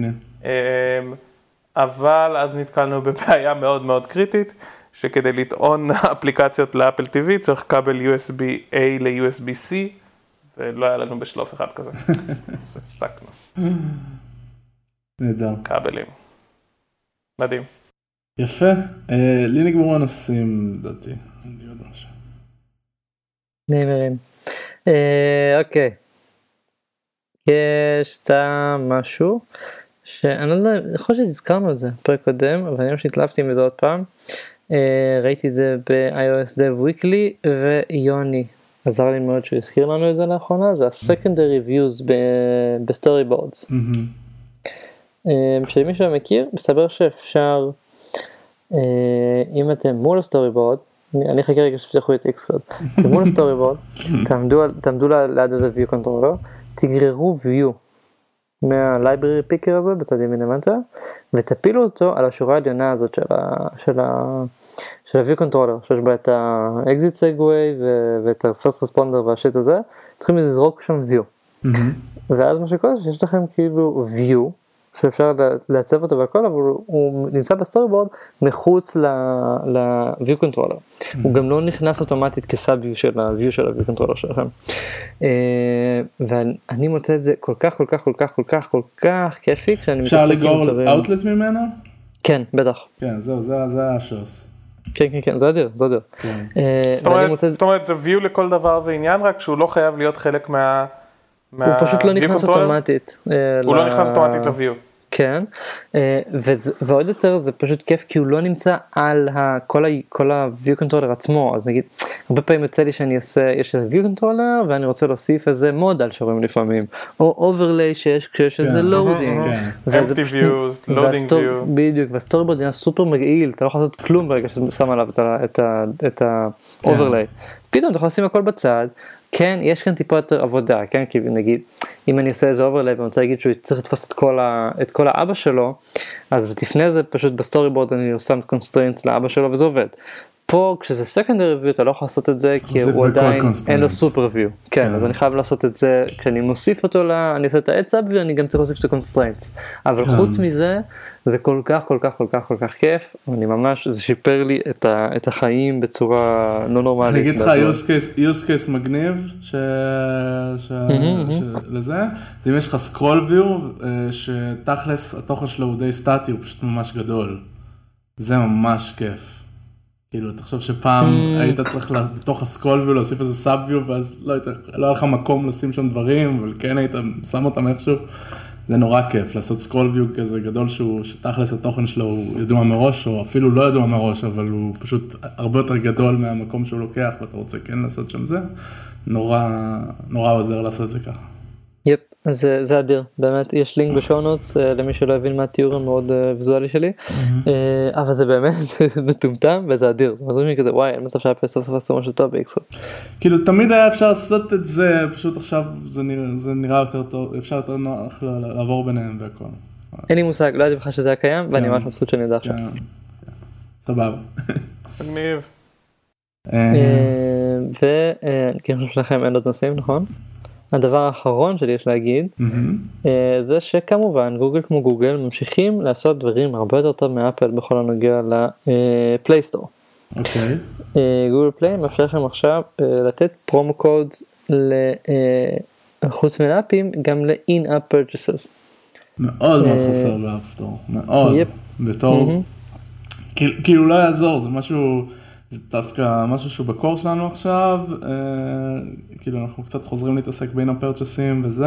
אבל אז נתקלנו בבעיה מאוד מאוד קריטית, שכדי לטעון אפליקציות לאפל TV צריך כבל USB-A ל-USB-C, ולא היה לנו בשלוף אחד כזה. אז הפסקנו. נהדר. כבלים. מדהים. יפה, לי נגמרו הנושאים, לדעתי. אני יודע משהו. נאמרים. אוקיי. יש סתם משהו, שאני לא יודע, יכול להיות שהזכרנו את זה פרק קודם, אבל אני ממש התלהבתי מזה עוד פעם. ראיתי את זה ב-iOS Dev Weekly, ויוני עזר לי מאוד שהוא הזכיר לנו את זה לאחרונה, זה ה-Secondary Views ב-Storyboards. שמי שמכיר, מסתבר שאפשר, אם אתם מול הסטוריבורד, אני חכה רגע שתפתחו את Xcode, אתם מול הסטוריבורד, תעמדו ליד איזה view controller, תגררו view מה-library picker הזה בצד ימין למטה, ותפילו אותו על השורה העליונה הזאת של ה-view controller, שיש בה את ה-exit segue ואת ה-first responder והשיט הזה, צריכים לזרוק שם view. ואז מה שקורה שיש לכם כאילו view, שאפשר לעצב אותו והכל, אבל הוא נמצא בסטוריבורד מחוץ ל-view controller. הוא גם לא נכנס אוטומטית כסאב-view של ה-view של ה-view controller שלכם. ואני מוצא את זה כל כך כיפי, כשאני מתעסק עם דברים. אפשר לגור אאוטלט ממנו? כן, בטח. כן, זהו, זה השוס. כן, זה אדיר. זאת אומרת, זה view לכל דבר ועניין, רק שהוא לא חייב להיות חלק הוא פשוט לא נכנס אוטומטית. הוא לא נכנס אוטומטית ל-view. כן, ועוד יותר זה פשוט כיף כי הוא לא נמצא על כל ה-view controller עצמו, אז נגיד, הרבה פעמים יוצא לי שאני אעשה, יש איזה view controller ואני רוצה להוסיף איזה מודל שרואים לפעמים, או overlay כשיש איזה loading. empty view, loading view. בדיוק, והסטוריבורד נהיה סופר מגעיל, אתה לא יכול לעשות כלום ברגע שאתה שם עליו את ה-overlay. פתאום אתה יכול לשים הכל בצד, כן, יש כאן טיפה יותר עבודה, כן, כי נגיד, אם אני עושה איזה overlay ואני רוצה להגיד שהוא צריך לתפוס את כל האבא שלו, אז לפני זה פשוט בסטוריבורד אני שם constraints לאבא שלו וזה עובד. פה כשזה secondary view אתה לא יכול לעשות את זה, כי הוא עדיין אין לו super view, כן, אז אני חייב לעשות את זה, כשאני מוסיף אותו אני עושה את ה-add sub ואני גם צריך להוסיף את ה-constraints, אבל חוץ מזה, זה כל כך כיף, אני ממש, זה שיפר לי את החיים בצורה לא נורמלית. אני אגיד לך, use case מגניב לזה, זה אם יש לך scroll view, שתכלס התוכן שלו הוא די סטטי, הוא פשוט ממש גדול. זה ממש כיף. כאילו, תחשוב שפעם היית צריך בתוך הסקרול view להוסיף איזה סאב view, ואז לא היה לך מקום לשים שם דברים, אבל כן היית שם אותם איכשהו. זה נורא כיף, לעשות סקרול view כזה גדול שתכלס התוכן שלו הוא ידוע מראש, או אפילו לא ידוע מראש, אבל הוא פשוט הרבה יותר גדול מהמקום שהוא לוקח, ואתה רוצה כן לעשות שם זה, נורא עוזר לעשות את זה ככה. יפ, זה אדיר, באמת, יש לינק בשואו-נוטס, למי שלא הבין מה התיאור המאוד ויזואלי שלי, אבל זה באמת מטומטם וזה אדיר, זה מזרים לי כזה, וואי, אין מצב שהיה סוף סוף עשו משהו טוב באקסקוד. כאילו, תמיד היה אפשר לעשות את זה, פשוט עכשיו זה נראה יותר טוב, אפשר יותר נוח לעבור ביניהם והכל. אין לי מושג, לא ידעתי בכלל שזה היה קיים, ואני ממש מבסוט שאני יודע עכשיו. סבבה. מגניב. וכי אני חושב שלכם אין עוד נושאים, נכון? הדבר האחרון שלי יש להגיד, זה שכמובן גוגל כמו גוגל ממשיכים לעשות דברים הרבה יותר טוב מאפל בכל הנוגע לפלייסטור. אוקיי. גוגל פליי מאפשר לכם עכשיו לתת פרומו קודס חוץ מלאפים גם ל-in-app purchases. מאוד מאוד חסר באפסטור, מאוד. בתור, כאילו לא יעזור, זה משהו... זה דווקא משהו שהוא בקור שלנו עכשיו, כאילו אנחנו קצת חוזרים להתעסק בין הפרצ'סים וזה,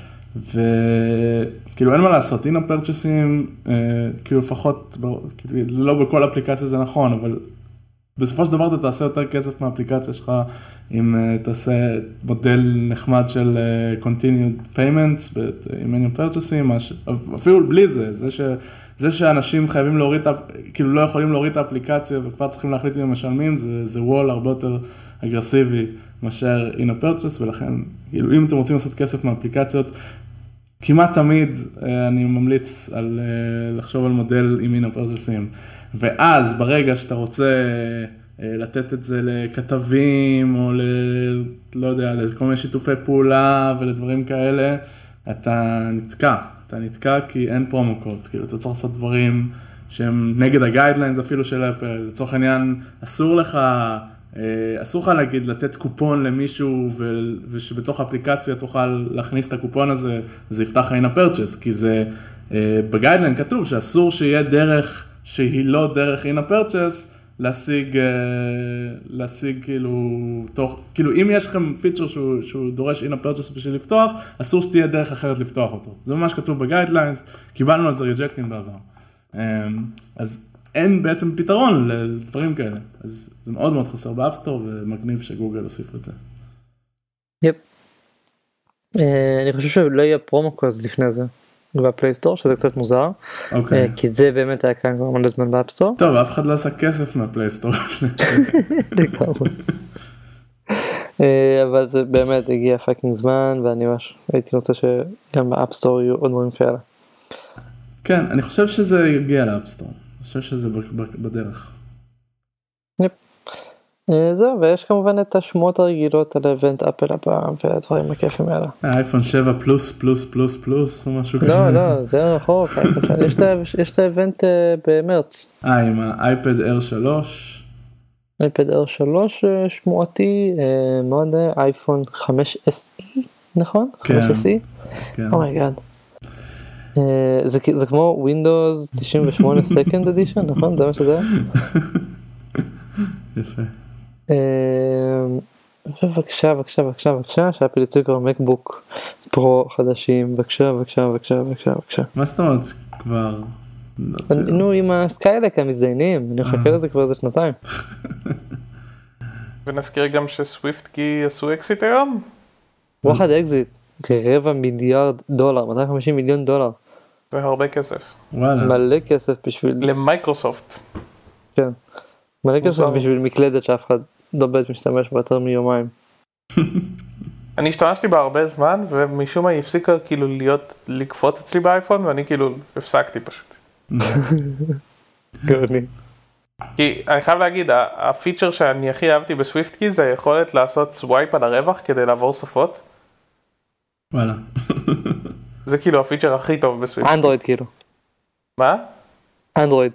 וכאילו אין מה לעשות, אין הפרצ'סים, כאילו לפחות, כאילו, זה לא בכל אפליקציה זה נכון, אבל בסופו של דבר אתה תעשה יותר כסף מהאפליקציה שלך, אם תעשה מודל נחמד של continued payments, עם אין הפרצ'סים, אפילו בלי זה שאנשים חייבים להוריד, כאילו לא יכולים להוריד את האפליקציה וכבר צריכים להחליט אם הם משלמים, זה וול הרבה יותר אגרסיבי מאשר in a purchase, ולכן, כאילו, אם אתם רוצים לעשות כסף מהאפליקציות, כמעט תמיד אני ממליץ לחשוב על מודל עם in a purchase'ים, ואז ברגע שאתה רוצה לתת את זה לכתבים, או לא יודע, לכל מיני שיתופי פעולה ולדברים כאלה, אתה נתקע כי אין פרומו קודס, כאילו אתה צריך לעשות דברים שהם נגד הגיידליינס אפילו של אפל, לצורך העניין אסור לך להגיד לתת קופון למישהו ושבתוך האפליקציה תוכל להכניס את הקופון הזה, זה יפתח in a purchase, כי זה בגיידליין כתוב שאסור שיהיה דרך שהיא לא דרך in a purchase, להשיג כאילו אם יש לכם פיצ'ר שהוא דורש in a purchase בשביל לפתוח, אסור שתהיה דרך אחרת לפתוח אותו. זה ממש כתוב בגיידליינס, קיבלנו על זה ריג'קטים בעבר. אז אין בעצם פתרון לדברים כאלה. אז זה מאוד מאוד חסר באפסטור, ומגניב שגוגל הוסיף את זה. יפ. אני חושב שלא יהיה פרומו קוד לפני זה. בפלייסטור, שזה קצת מוזר, כי זה באמת היה כאן כבר מלא זמן באפסטור. טוב, אף אחד לא עשה כסף מהפלייסטור. אבל זה באמת הגיע פאקינג זמן, ואני ממש הייתי רוצה שגם באפסטור יהיו עוד דברים כאלה. כן, אני חושב שזה יגיע לאפסטור. אני חושב שזה בדרך. יפ. זהו, ויש כמובן את השמועות הרגילות על איבנט אפל הפעם והדברים הכיפים האלה. האייפון 7 פלוס או משהו כזה. לא, זה רחוק, יש את האיבנט במרץ. עם האייפד Air 3. אייפד Air 3 שמועתי, מאוד אייפון 5 SE, נכון? 5 SE? אומייגאד. זה כמו Windows 98 Second Edition, נכון? זה מה שזה? יפה. בבקשה, שאפל יצאו כבר מקבוק פרו חדשים, בבקשה. מה זאת אומרת כבר? נו, עם הסקיילק המזדיינים, אני מחכה לזה כבר איזה שנתיים. ונזכיר גם שסוויפט קי עשו אקזיט היום? וואחד אקזיט, $250 מיליון, $250 מיליון. זה הרבה כסף. וואלה. מלא כסף בשביל... למייקרוסופט. כן. מלא כסף בשביל מקלדת שאף אחד לא בית משתמש בה יותר מיומיים. אני השתמשתי בה הרבה זמן, ומשום מה היא הפסיקה כאילו לקפוץ אצלי באייפון, ואני כאילו הפסקתי פשוט. גאוני. כי אני חייב להגיד, הפיצ'ר שאני הכי אהבתי בסוויפט קי, זה היכולת לעשות סווייפ על הרווח כדי לעבור שפות. וואלה. זה כאילו הפיצ'ר הכי טוב בסוויפט. אנדרואיד כאילו. מה? אנדרואיד.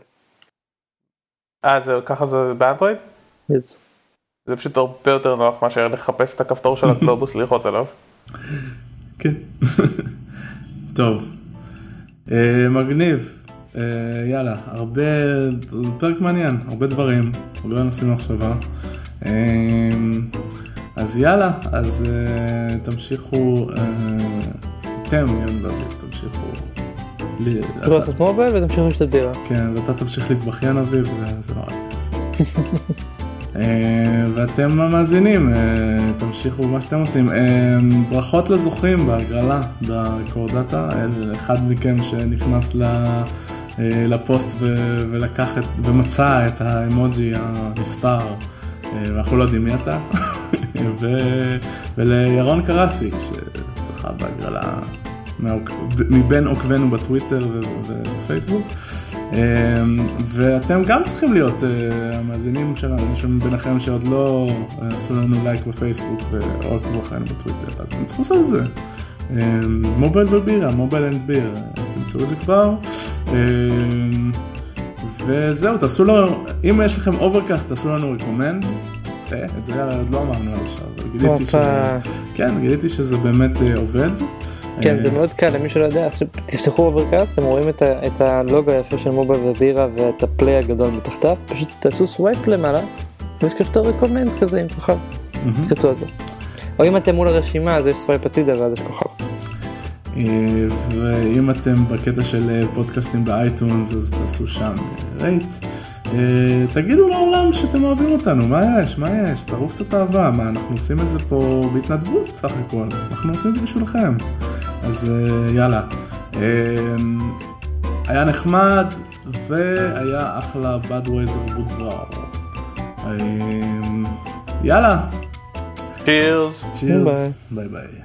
ככה זה באנדרואיד? Yes. זה פשוט הרבה יותר נוח מאשר לחפש את הכפתור של הגלובוס ללחוץ עליו. כן. טוב. מגניב. יאללה, פרק מעניין, הרבה דברים, הרבה נושאים למחשבה. אז יאללה, אז תמשיכו, אתם, תמשיכו. לעשות מובייל ותמשיכו לשתות בירה. כן, ואתה תמשיך להתבכיין אביב, זה לא רק. ואתם המאזינים, תמשיכו מה שאתם עושים. ברכות לזוכים בהגרלה, בקורדטה, אחד מכם שנכנס לפוסט ולקח ומצא את האמוג'י הנסתר, ואנחנו לא יודעים מי אתה, ולירון קרסיק שזכה בהגרלה מבין עוקבנו בטוויטר ובפייסבוק. ואתם גם צריכים להיות המאזינים שלנו, ביניכם שעוד לא עשו לנו לייק בפייסבוק או עקבו אחרינו בטוויטר, אז אתם צריכים לעשות את זה. מובייל ובירה, מובייל אנד ביר, תמצאו את זה כבר. וזהו, תעשו לנו, אם יש לכם אוברקאסט, תעשו לנו ריקומנד. את זה עוד לא אמרנו על עכשיו, אבל גיליתי שזה באמת עובד. כן, זה מאוד קל, למי שלא יודע, תפתחו אוברקאסט, אתם רואים את הלוגו היפה של מובייל ובירה ואת הפליי הגדול מתחתיו, פשוט תעשו סווייפ למעלה, ויש כפתור ריקומנד כזה עם כוכב, תחצו על זה. או אם אתם מול הרשימה, אז יש סווייפ הצידה ואז יש כוכב. ואם אתם בקטע של פודקאסטים באייטונס, אז תעשו שם רייט. תגידו לעולם שאתם אוהבים אותנו, מה יש? תראו קצת אהבה, מה, אנחנו עושים את זה פה בהתנדבות סך הכל, אנחנו עושים את זה בשבילכם. אז יאללה, היה נחמד והיה אחלה בדווייזר בודבר. יאללה. צ'ירס. ביי ביי.